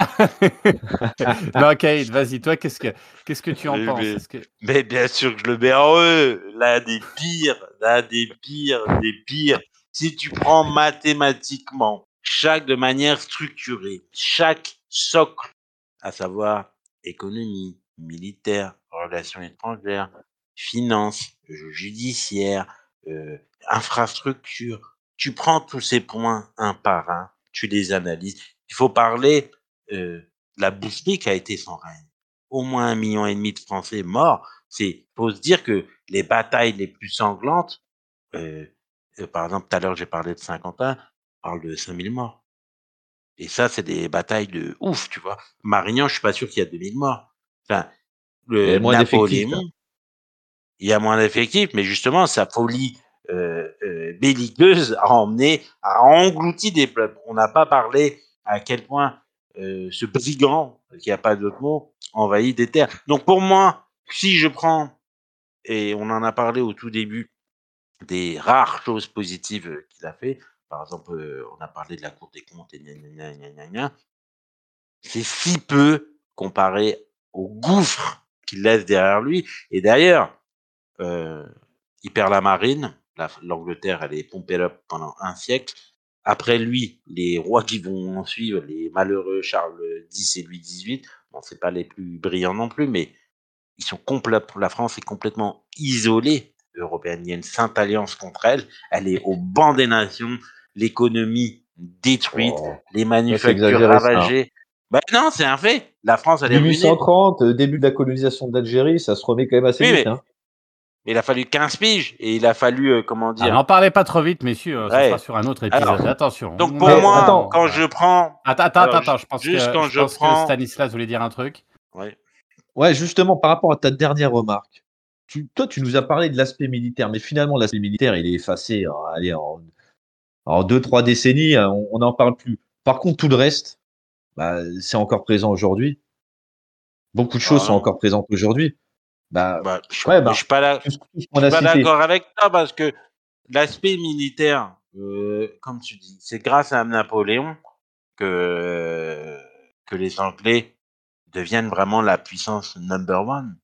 [SPEAKER 2] Non, Kate, vas-y, toi, qu'est-ce que tu en
[SPEAKER 3] Mais,
[SPEAKER 2] penses?
[SPEAKER 3] mais-
[SPEAKER 2] Est-ce que...
[SPEAKER 3] mais bien sûr que je le mets en E. L'un des pires, des pires. Si tu prends mathématiquement, de manière structurée, chaque socle, à savoir économie, militaire, relations étrangères, finances, judiciaire, euh, infrastructure, tu prends tous ces points un par un, tu les analyses. Il faut parler de la boucherie qui a été son règne. Au moins 1,5 million de Français morts. Faut se dire que les batailles les plus sanglantes, euh, par exemple, tout à l'heure j'ai parlé de Saint-Quentin, on parle de 5 000 morts. Et ça, c'est des batailles de ouf, tu vois. Marignan, je suis pas sûr qu'il y a 2 000 morts. Enfin,
[SPEAKER 4] Il y a moins d'effectifs, là.
[SPEAKER 3] Napoléon, il y a moins d'effectifs, mais justement, sa folie belliqueuse a englouti des peuples. On n'a pas parlé à quel point ce brigand, qui n'y a pas d'autre mot, envahit des terres. Donc pour moi, si je prends, et on en a parlé au tout début, des rares choses positives qu'il a fait, par exemple, on a parlé de la Cour des comptes et gna gna gna gna gna, c'est si peu comparé au gouffre qu'il laisse derrière lui. Et d'ailleurs, il perd la marine. L'Angleterre, elle est pompée up pendant un siècle. Après lui, les rois qui vont en suivre, les malheureux Charles X et Louis XVIII, bon, c'est pas les plus brillants non plus, mais ils sont la France est complètement isolée européenne. Il y a une sainte alliance contre elle. Elle est au banc des nations. L'économie détruite,
[SPEAKER 4] Oh,
[SPEAKER 3] les
[SPEAKER 4] ça, c'est
[SPEAKER 3] manufactures
[SPEAKER 4] exagéré, ça, hein.
[SPEAKER 3] ravagées. Ben non, c'est un fait. La France, elle est ruinée.
[SPEAKER 4] 1830, début de la colonisation d'Algérie, ça se remet quand même assez
[SPEAKER 3] Oui,
[SPEAKER 4] vite,
[SPEAKER 3] mais
[SPEAKER 4] hein.
[SPEAKER 3] il a fallu 15 piges et il a fallu, comment
[SPEAKER 2] Ah,
[SPEAKER 3] dire,
[SPEAKER 2] n'en parlez pas trop vite, messieurs, ce sera
[SPEAKER 3] ouais.
[SPEAKER 2] sur un autre
[SPEAKER 3] Alors,
[SPEAKER 2] épisode. Attention,
[SPEAKER 3] donc
[SPEAKER 2] on
[SPEAKER 3] pour
[SPEAKER 2] a...
[SPEAKER 4] Mais
[SPEAKER 3] moi,
[SPEAKER 4] attends,
[SPEAKER 3] quand je prends, alors
[SPEAKER 2] Attends,
[SPEAKER 3] juste quand
[SPEAKER 2] je
[SPEAKER 3] je
[SPEAKER 2] pense que
[SPEAKER 3] prends,
[SPEAKER 2] Stanislas voulait dire un truc.
[SPEAKER 3] ouais,
[SPEAKER 4] ouais, justement, par rapport à ta dernière remarque, toi, tu nous as parlé de l'aspect militaire, mais finalement, l'aspect militaire, il est effacé, allez, en 2, 3 décennies, on n'en parle plus. Par contre, tout le reste, bah, c'est encore présent aujourd'hui. Beaucoup de choses
[SPEAKER 3] ah
[SPEAKER 4] sont
[SPEAKER 3] non,
[SPEAKER 4] encore présentes aujourd'hui. Bah,
[SPEAKER 3] bah,
[SPEAKER 4] ouais,
[SPEAKER 3] je
[SPEAKER 4] bah,
[SPEAKER 3] suis pas là,
[SPEAKER 4] tout ce
[SPEAKER 3] je
[SPEAKER 4] qu'on
[SPEAKER 3] suis
[SPEAKER 4] a
[SPEAKER 3] pas
[SPEAKER 4] cité.
[SPEAKER 3] d'accord avec toi parce que l'aspect militaire, comme tu dis, c'est grâce à Napoléon que que les Anglais deviennent vraiment la puissance number one.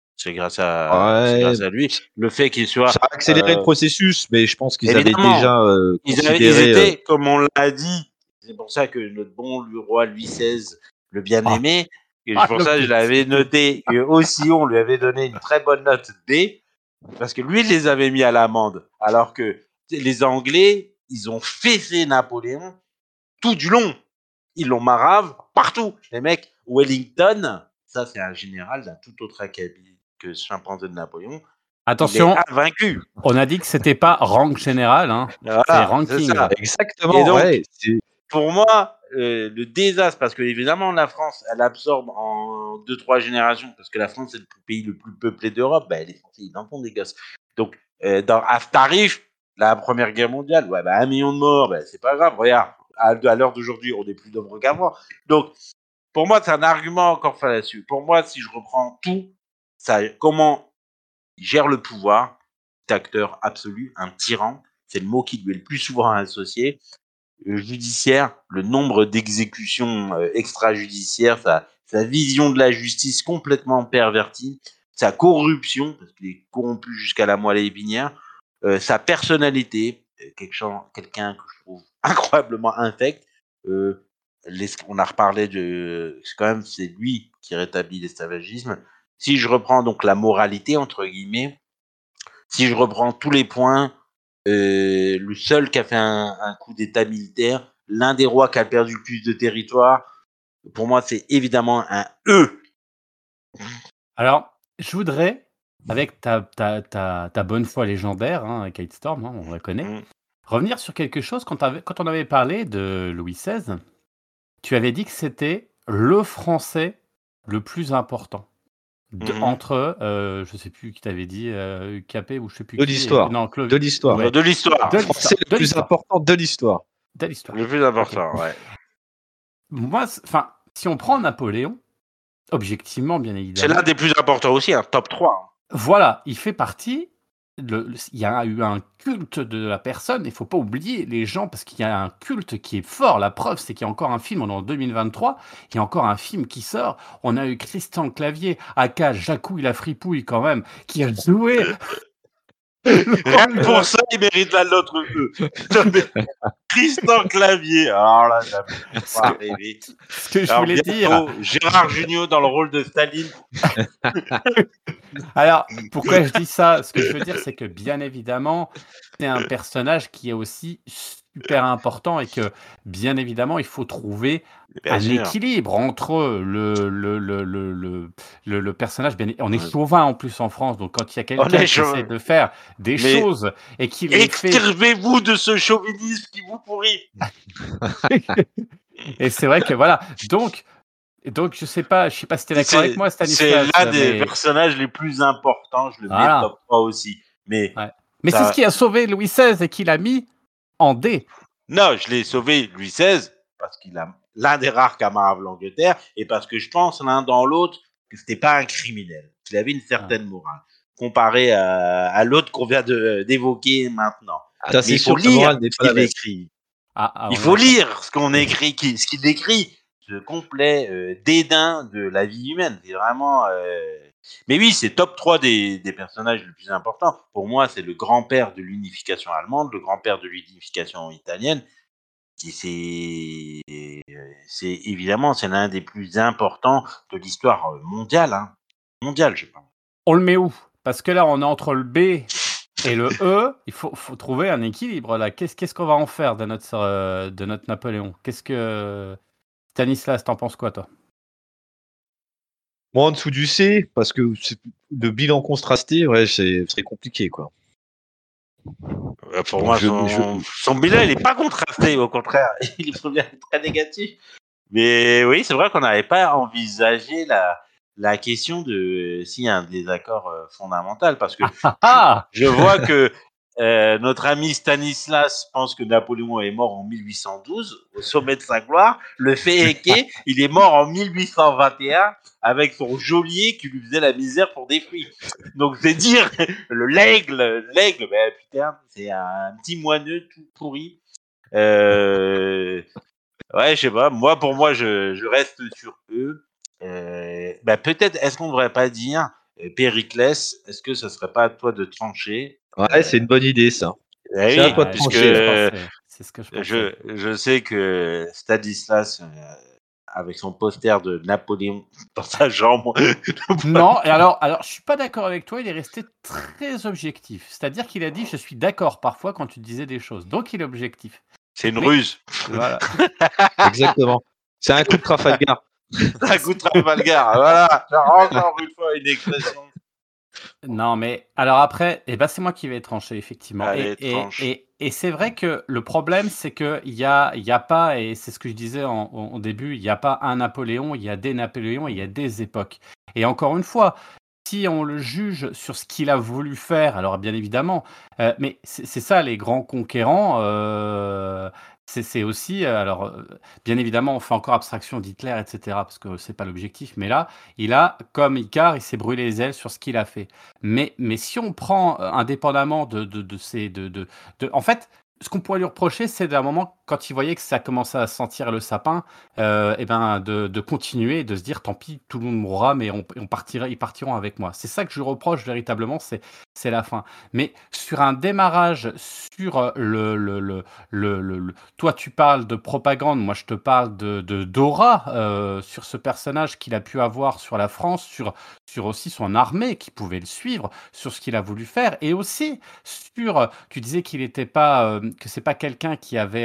[SPEAKER 3] C'est
[SPEAKER 4] Ouais,
[SPEAKER 3] grâce à lui. Le fait qu'il
[SPEAKER 4] ça
[SPEAKER 3] soit,
[SPEAKER 4] a accéléré le processus, mais je pense qu'ils avaient
[SPEAKER 3] évidemment,
[SPEAKER 4] déjà
[SPEAKER 3] ils
[SPEAKER 4] considéré.
[SPEAKER 3] étaient, comme on l'a dit, c'est pour ça que notre bon roi Louis XVI, le
[SPEAKER 2] Ah,
[SPEAKER 3] bien-aimé, et c'est pour
[SPEAKER 2] le
[SPEAKER 3] ça que je l'avais
[SPEAKER 2] petit.
[SPEAKER 3] noté, et aussi on lui avait donné une très bonne note B, parce que lui, il les avait mis à l'amende, alors que les Anglais, ils ont fessé Napoléon tout du long. Ils l'ont marave partout. Les mecs, Wellington, ça c'est un général d'un tout autre acabit que ce chimpanzé de Napoléon, il est
[SPEAKER 2] Attention,
[SPEAKER 3] invaincu.
[SPEAKER 2] on a dit que c'était pas rank général, hein. C'est
[SPEAKER 3] Voilà, c'est
[SPEAKER 2] ranking.
[SPEAKER 3] ça. Et
[SPEAKER 4] Exactement,
[SPEAKER 3] donc,
[SPEAKER 4] ouais.
[SPEAKER 3] pour moi, le désastre, parce que évidemment la France, elle absorbe en 2, 3 générations, parce que la France est le pays le plus peuplé d'Europe, bah, les Français, ils en font des gosses. Donc, dans Tarif, la Première Guerre mondiale, ouais, bah, 1 million de morts, bah, c'est pas grave, regarde, à l'heure d'aujourd'hui, on est plus nombreux qu'avant. Donc, pour moi, c'est un argument encore fallacieux. Pour moi, si je reprends tout, comment il gère le pouvoir, acteur absolu, un tyran, c'est le mot qui lui est le plus souvent associé, judiciaire, le nombre d'exécutions extrajudiciaires, sa vision de la justice complètement pervertie, sa corruption, parce qu'il est corrompu jusqu'à la moelle épinière, sa personnalité, quelqu'un que je trouve incroyablement infect. On a reparlé c'est lui qui rétablit l'esclavagisme. Si je reprends donc la moralité, entre guillemets, si je reprends tous les points, le seul qui a fait un coup d'état militaire, l'un des rois qui a perdu le plus de territoire, pour moi, c'est évidemment un E.
[SPEAKER 2] Alors, je voudrais, avec ta bonne foi légendaire, hein, Kate Storm, hein, on la connaît,
[SPEAKER 3] Mm.
[SPEAKER 2] revenir sur quelque chose quand on avait parlé de Louis XVI, tu avais dit que c'était le français le plus important.
[SPEAKER 3] Mhm.
[SPEAKER 2] entre, je sais plus qui t'avait dit, Capet ou je sais plus
[SPEAKER 5] De
[SPEAKER 2] qui,
[SPEAKER 5] l'histoire.
[SPEAKER 2] non,
[SPEAKER 5] De l'histoire.
[SPEAKER 2] ouais,
[SPEAKER 3] De l'histoire.
[SPEAKER 2] de
[SPEAKER 5] Français
[SPEAKER 2] l'histoire,
[SPEAKER 5] le
[SPEAKER 2] de
[SPEAKER 5] plus
[SPEAKER 2] l'histoire,
[SPEAKER 5] important de l'histoire.
[SPEAKER 2] de l'histoire.
[SPEAKER 3] Le plus
[SPEAKER 2] Ok.
[SPEAKER 3] important, ouais.
[SPEAKER 2] Moi, enfin, si on prend Napoléon, objectivement, bien
[SPEAKER 3] C'est
[SPEAKER 2] évidemment,
[SPEAKER 3] l'un des plus importants aussi, un top 3.
[SPEAKER 2] voilà, il fait partie. Il y a eu un culte de la personne, il faut pas oublier les gens, parce qu'il y a un culte qui est fort. La preuve, c'est qu'il y a encore un film, on est en 2023, il y a encore un film qui sort. On a eu Christian Clavier, aka Jacouille la fripouille quand même, qui a joué le
[SPEAKER 3] Rien
[SPEAKER 2] rôle
[SPEAKER 3] que pour ça, il mérite la notre E. Non, mais Tristan Clavier. Alors là, ça me fait pas rêver.
[SPEAKER 2] ce que je
[SPEAKER 3] Alors
[SPEAKER 2] voulais dire.
[SPEAKER 3] bientôt, Gérard Jugnot dans le rôle de Staline.
[SPEAKER 2] Alors, pourquoi je dis ça? Ce que je veux dire, c'est que bien évidemment, c'est un personnage qui est aussi super important et que, bien évidemment, il faut trouver
[SPEAKER 3] Bien
[SPEAKER 2] un
[SPEAKER 3] sûr.
[SPEAKER 2] équilibre entre le personnage. On est chauvin en plus en France, donc quand il y a quelqu'un
[SPEAKER 3] est
[SPEAKER 2] qui
[SPEAKER 3] chauvin.
[SPEAKER 2] essaie de faire des
[SPEAKER 3] Mais
[SPEAKER 2] choses et qui les fait.
[SPEAKER 3] Extirpez-vous de ce chauvinisme qui vous pourrit.
[SPEAKER 2] Et c'est vrai que voilà. Donc, je sais pas si tu es d'accord avec moi,
[SPEAKER 3] C'est
[SPEAKER 2] Stanislas,
[SPEAKER 3] l'un des
[SPEAKER 2] mais
[SPEAKER 3] personnages les plus importants. Je le mets
[SPEAKER 2] voilà.
[SPEAKER 3] top 3 aussi. Mais
[SPEAKER 2] Ouais. Mais c'est
[SPEAKER 3] ça-
[SPEAKER 2] ce qui a sauvé Louis XVI et qui l'a mis en D.
[SPEAKER 3] non, je l'ai sauvé Louis XVI parce qu'il a l'un des rares camarades de l'Angleterre et parce que je pense l'un dans l'autre que c'était pas un criminel, qu'il avait une certaine morale comparé à l'autre qu'on vient d'évoquer maintenant.
[SPEAKER 5] Ça,
[SPEAKER 3] Mais
[SPEAKER 5] c'est
[SPEAKER 3] il
[SPEAKER 5] sûr
[SPEAKER 3] faut
[SPEAKER 5] que la
[SPEAKER 3] lire
[SPEAKER 5] morale n'est
[SPEAKER 3] ce
[SPEAKER 5] pas la
[SPEAKER 3] qu'il
[SPEAKER 5] même.
[SPEAKER 3] écrit.
[SPEAKER 2] Ah,
[SPEAKER 3] Il
[SPEAKER 2] on est
[SPEAKER 3] faut
[SPEAKER 2] d'accord.
[SPEAKER 3] lire ce qu'on écrit, ce qu'il décrit, ce complet dédain de la vie humaine. C'est vraiment. Mais oui, c'est top 3 des personnages les plus importants. Pour moi, c'est le grand-père de l'unification allemande, le grand-père de l'unification italienne. C'est évidemment, c'est l'un des plus importants de l'histoire mondiale. Hein. Mondiale, je pense.
[SPEAKER 2] On le met où? Parce que là, on est entre le B et le E. Il faut trouver un équilibre là. Qu'est-ce qu'on va en faire de notre Napoléon? Qu'est-ce que Stanislas, t'en penses quoi, toi?
[SPEAKER 5] Moi, en dessous du C, parce que le bilan contrasté, ouais, c'est compliqué, quoi.
[SPEAKER 3] Pour
[SPEAKER 5] Donc,
[SPEAKER 3] moi, son bilan, il n'est pas contrasté, au contraire. Il est très négatif. Mais oui, c'est vrai qu'on n'avait pas envisagé la question de s'il y a un désaccord fondamental, parce que
[SPEAKER 2] Ah
[SPEAKER 3] je vois que notre ami Stanislas pense que Napoléon est mort en 1812, au sommet de sa gloire. Le fait est qu'il est mort en 1821 avec son geôlier qui lui faisait la misère pour des fruits. Donc c'est dire, l'aigle, ben putain, c'est un petit moineux tout pourri. Ouais, je sais pas. Moi, pour moi, je reste sur eux. Bah, peut-être, est-ce qu'on ne devrait pas dire Périclès? Est-ce que ce serait pas à toi de trancher?
[SPEAKER 5] Ouais, c'est une bonne idée, ça. C'est à
[SPEAKER 3] Oui,
[SPEAKER 5] toi de
[SPEAKER 3] puisque
[SPEAKER 5] trancher, là.
[SPEAKER 2] c'est ce que je pensais.
[SPEAKER 3] je sais que Stanislas, avec son poster de Napoléon dans sa jambe,
[SPEAKER 2] Non, et alors, je suis pas d'accord avec toi, il est resté très objectif. C'est-à-dire qu'il a dit, je suis d'accord parfois quand tu disais des choses. Donc, il est objectif.
[SPEAKER 3] c'est une
[SPEAKER 2] Mais-
[SPEAKER 3] ruse.
[SPEAKER 2] Voilà.
[SPEAKER 5] Exactement. C'est un coup de Trafalgar.
[SPEAKER 3] Ça coûte Trafalgar. Voilà, encore une fois une expression.
[SPEAKER 2] Non, mais alors après, c'est moi qui vais trancher, effectivement.
[SPEAKER 3] Allez, tranche.
[SPEAKER 2] Et c'est vrai que le problème, c'est qu'il y a pas, et c'est ce que je disais au début, il n'y a pas un Napoléon, il y a des Napoléons, il y a des époques. Et encore une fois, si on le juge sur ce qu'il a voulu faire, alors bien évidemment, mais c'est ça, les grands conquérants, c'est aussi, bien évidemment, on fait encore abstraction d'Hitler, etc., parce que c'est pas l'objectif, mais là, comme Icare, il s'est brûlé les ailes sur ce qu'il a fait. Mais si on prend indépendamment en fait, ce qu'on pourrait lui reprocher, c'est d'un moment, quand il voyait que ça commençait à sentir le sapin, de continuer et de se dire, tant pis, tout le monde mourra, mais ils partiront avec moi. C'est ça que je lui reproche véritablement, c'est la fin. Mais sur un démarrage, sur toi, tu parles de propagande, moi je te parle d'aura sur ce personnage qu'il a pu avoir sur la France, sur aussi son armée qui pouvait le suivre, sur ce qu'il a voulu faire, et aussi sur, tu disais qu'il n'était pas que c'est pas quelqu'un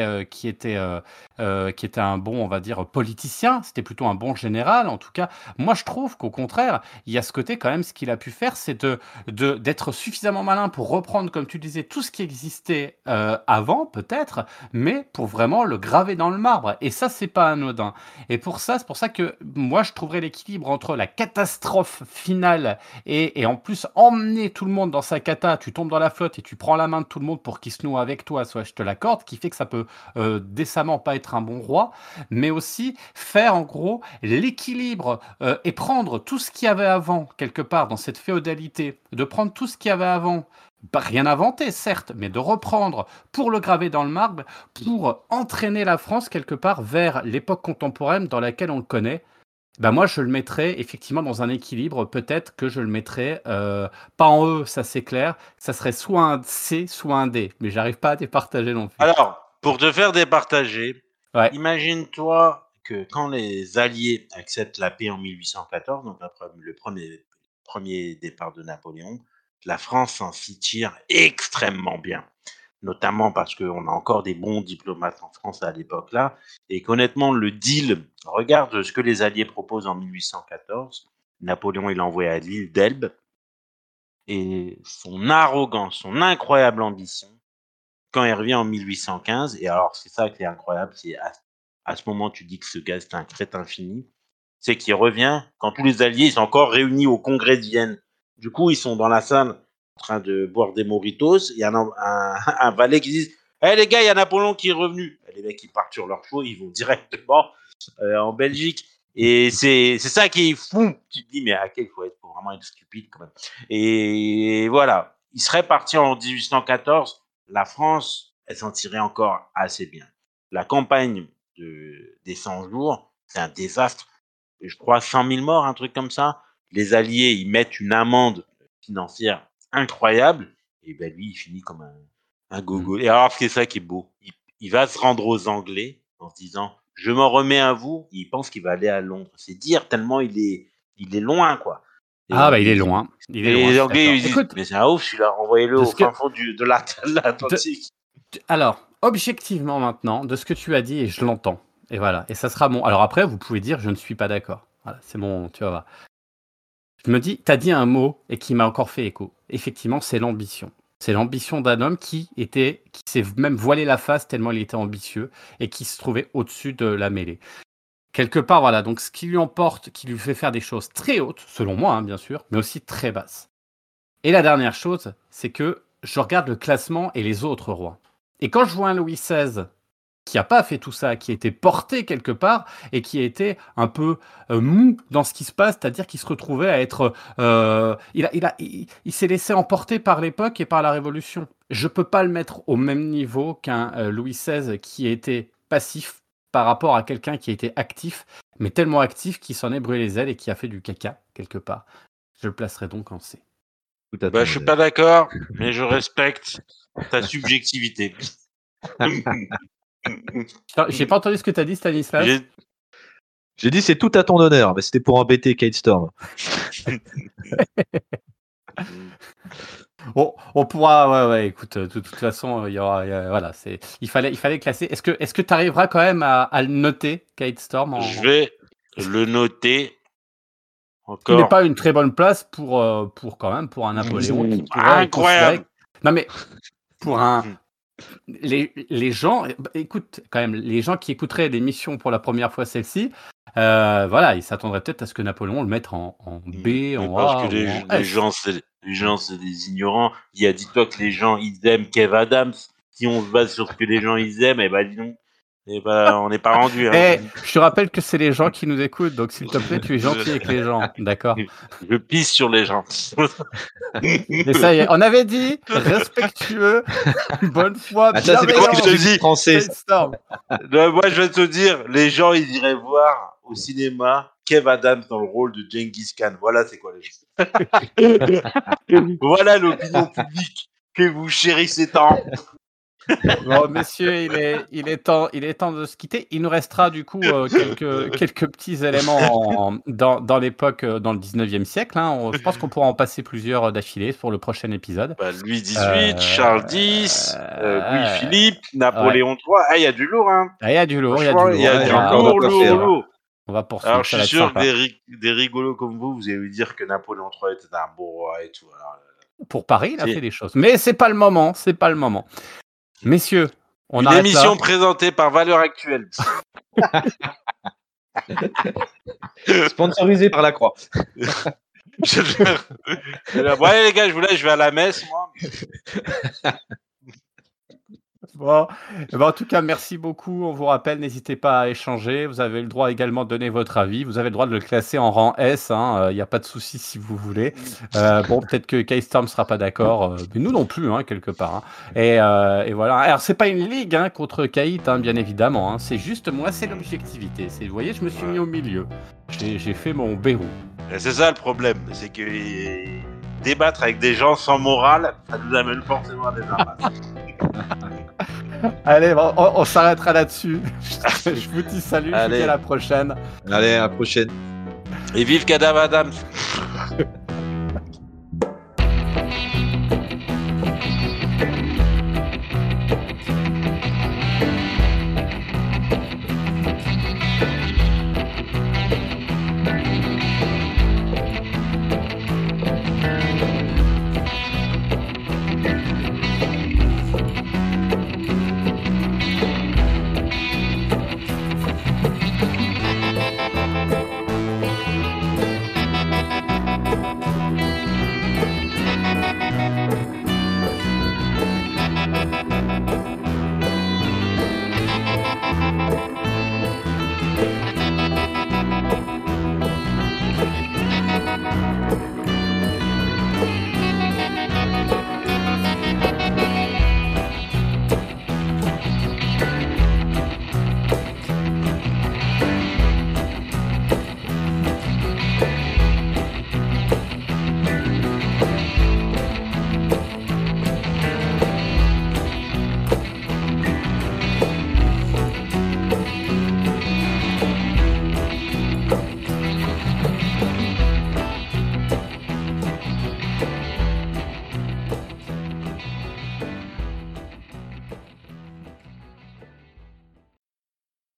[SPEAKER 2] qui était un bon, on va dire, politicien. C'était plutôt un bon général. En tout cas, moi, je trouve qu'au contraire, il y a ce côté quand même. Ce qu'il a pu faire, c'est d'être suffisamment malin pour reprendre, comme tu disais, tout ce qui existait avant, peut-être, mais pour vraiment le graver dans le marbre. Et ça, c'est pas anodin. Et c'est pour ça que moi, je trouverais l'équilibre entre la catastrophe finale et en plus emmener tout le monde dans sa cata. Tu tombes dans la flotte et tu prends la main de tout le monde pour qu'il se noue avec toi, soit je te l'accorde, qui fait que ça peut décemment pas être un bon roi, mais aussi faire en gros l'équilibre et prendre tout ce qu'il y avait avant, quelque part dans cette féodalité, de prendre tout ce qu'il y avait avant, rien inventé certes, mais de reprendre pour le graver dans le marbre, pour entraîner la France quelque part vers l'époque contemporaine dans laquelle on le connaît. Bah moi, je le mettrais effectivement dans un équilibre. Peut-être que je le mettrais pas en E, ça c'est clair. Ça serait soit un C, soit un D. Mais j'arrive pas à départager non plus.
[SPEAKER 3] Alors, pour te faire départager,
[SPEAKER 2] Ouais.
[SPEAKER 3] imagine-toi que quand les Alliés acceptent la paix en 1814, donc le premier départ de Napoléon, la France s'en tire extrêmement bien. Notamment parce qu'on a encore des bons diplomates en France à l'époque-là, et qu'honnêtement, le deal, regarde ce que les Alliés proposent en 1814, Napoléon, il envoie à l'île d'Elbe, et son arrogance, son incroyable ambition, quand il revient en 1815, et alors c'est ça qui est incroyable, c'est à ce moment, tu dis que ce gars, c'est un crétin fini, c'est qu'il revient quand tous les Alliés ils sont encore réunis au congrès de Vienne. Du coup, ils sont dans la salle en train de boire des moritos. Il y a un valet qui dit hey, les gars, il y a Napoléon qui est revenu. Et les mecs, ils partent sur leur chevaux, ils vont directement en Belgique. Et c'est ça qui est fou. Tu te dis, mais à quel faut être pour vraiment être stupide quand même. Et voilà, il serait parti en 1814. La France, elle s'en tirait encore assez bien. La campagne des 100 jours, c'est un désastre. Je crois 100 000 morts, un truc comme ça. Les Alliés, ils mettent une amende financière incroyable. Et ben lui, il finit comme un gogo. Et alors, c'est ça qui est beau. Il va se rendre aux Anglais en se disant « Je m'en remets à vous ». Il pense qu'il va aller à Londres. C'est dire tellement il est loin, quoi. Et
[SPEAKER 2] Ah, bah il est loin. Il est loin.
[SPEAKER 3] les Anglais, ils disent
[SPEAKER 2] Écoute,
[SPEAKER 3] « Mais c'est un ouf, celui-là, renvoyez-le au fin fond de l'Atlantique. »
[SPEAKER 2] Alors, objectivement maintenant, de ce que tu as dit, et je l'entends. Et voilà. Et ça sera bon. Alors après, vous pouvez dire, je ne suis pas d'accord. Voilà, c'est bon, tu vas voir. Je me dis, tu as dit un mot et qui m'a encore fait écho. Effectivement, c'est l'ambition. C'est l'ambition d'un homme qui s'est même voilé la face tellement il était ambitieux et qui se trouvait au-dessus de la mêlée. Quelque part, voilà. Donc, ce qui lui emporte, qui lui fait faire des choses très hautes, selon moi, hein, bien sûr, mais aussi très basses. Et la dernière chose, c'est que je regarde le classement et les autres rois. Et quand je vois un Louis XVI qui n'a pas fait tout ça, qui a été porté quelque part et qui a été un peu mou dans ce qui se passe, c'est-à-dire qu'il se retrouvait à être... il s'est laissé emporter par l'époque et par la Révolution. Je ne peux pas le mettre au même niveau qu'un Louis XVI qui était passif par rapport à quelqu'un qui a été actif, mais tellement actif qu'il s'en est brûlé les ailes et qui a fait du caca quelque part. Je le placerai donc en C.
[SPEAKER 3] Bah, je suis pas d'accord, mais je respecte ta subjectivité.
[SPEAKER 2] J'ai pas entendu ce que tu as dit, Stanislas.
[SPEAKER 5] J'ai dit c'est tout à ton honneur, mais c'était pour embêter Kate Storm.
[SPEAKER 2] On pourra, ouais, écoute, de toute façon, voilà, il fallait classer. Est-ce que tu arriveras quand même à le noter, Kate Storm
[SPEAKER 3] Je vais le noter.
[SPEAKER 2] Encore. Il n'est pas une très bonne place pour quand même pour un Napoléon qui
[SPEAKER 3] incroyable.
[SPEAKER 2] Non mais pour les gens, écoute quand même, les gens qui écouteraient l'émission pour la première fois celle-ci, voilà, ils s'attendraient peut-être à ce que Napoléon le mette en B, en A.
[SPEAKER 3] Parce que les gens, c'est des ignorants. Dis-toi que les gens, ils aiment Kev Adams. Si on se base sur ce que les gens, ils aiment, dis donc. On n'est pas rendu. Hein.
[SPEAKER 2] Je te rappelle que c'est les gens qui nous écoutent, donc s'il te plaît, tu es gentil avec les gens, d'accord?
[SPEAKER 3] Je pisse sur les gens.
[SPEAKER 2] Mais ça y est, on avait dit respectueux, bonne foi,
[SPEAKER 5] ça c'est parce que je dis français.
[SPEAKER 3] Moi, je vais te dire, les gens, ils iraient voir au cinéma Kev Adams dans le rôle de Genghis Khan. Voilà, c'est quoi les gens. Voilà l'opinion publique que vous chérissez tant.
[SPEAKER 2] Bon, messieurs, il est temps de se quitter. Il nous restera du coup quelques petits éléments dans l'époque, dans le 19e siècle. Hein. Je pense qu'on pourra en passer plusieurs d'affilée pour le prochain épisode.
[SPEAKER 3] Bah, Louis XVIII, Charles X,
[SPEAKER 2] ouais.
[SPEAKER 3] Louis-Philippe, Napoléon III. Ah, il y a du lourd, hein.
[SPEAKER 2] Ah, il y a du lourd, il y a
[SPEAKER 3] Franchement,
[SPEAKER 2] du
[SPEAKER 3] il y a
[SPEAKER 2] lourd.
[SPEAKER 3] du
[SPEAKER 2] On va-
[SPEAKER 5] on va pas faire.
[SPEAKER 3] lourd.
[SPEAKER 2] On va poursuivre.
[SPEAKER 3] Alors, je
[SPEAKER 2] ça va
[SPEAKER 3] suis
[SPEAKER 2] être
[SPEAKER 3] sûr
[SPEAKER 2] sympa.
[SPEAKER 3] que des rigolos comme vous allez dire que Napoléon III était un beau roi et tout. Alors,
[SPEAKER 2] Pour Paris, il a
[SPEAKER 3] Si.
[SPEAKER 2] fait des choses. Mais c'est pas le moment. Messieurs, on
[SPEAKER 3] une
[SPEAKER 2] arrête
[SPEAKER 3] émission
[SPEAKER 2] là.
[SPEAKER 3] présentée par Valeurs Actuelles.
[SPEAKER 5] Sponsorisé par la Croix.
[SPEAKER 3] Bon, allez, les gars, je vous laisse, je vais à la messe, moi.
[SPEAKER 2] Bon, en tout cas, merci beaucoup. On vous rappelle, n'hésitez pas à échanger. Vous avez le droit également de donner votre avis. Vous avez le droit de le classer en rang S. Il n'y a pas de souci si vous voulez. Bon, peut-être que K-Storm ne sera pas d'accord, mais nous non plus, hein, quelque part. Hein. Et voilà. Alors, c'est pas une ligue contre Kaït, bien évidemment. Hein. C'est juste, moi, c'est l'objectivité. Vous voyez, je me suis mis au milieu. J'ai fait mon Bérou.
[SPEAKER 3] Et c'est ça le problème, c'est que débattre avec des gens sans morale, ça nous amène forcément à des impasses.
[SPEAKER 2] Allez, bon, on s'arrêtera là-dessus. Je vous dis salut, je vous dis
[SPEAKER 3] Allez.
[SPEAKER 2] à la prochaine.
[SPEAKER 5] Allez, à la prochaine.
[SPEAKER 3] Et vive Cadavre Adams.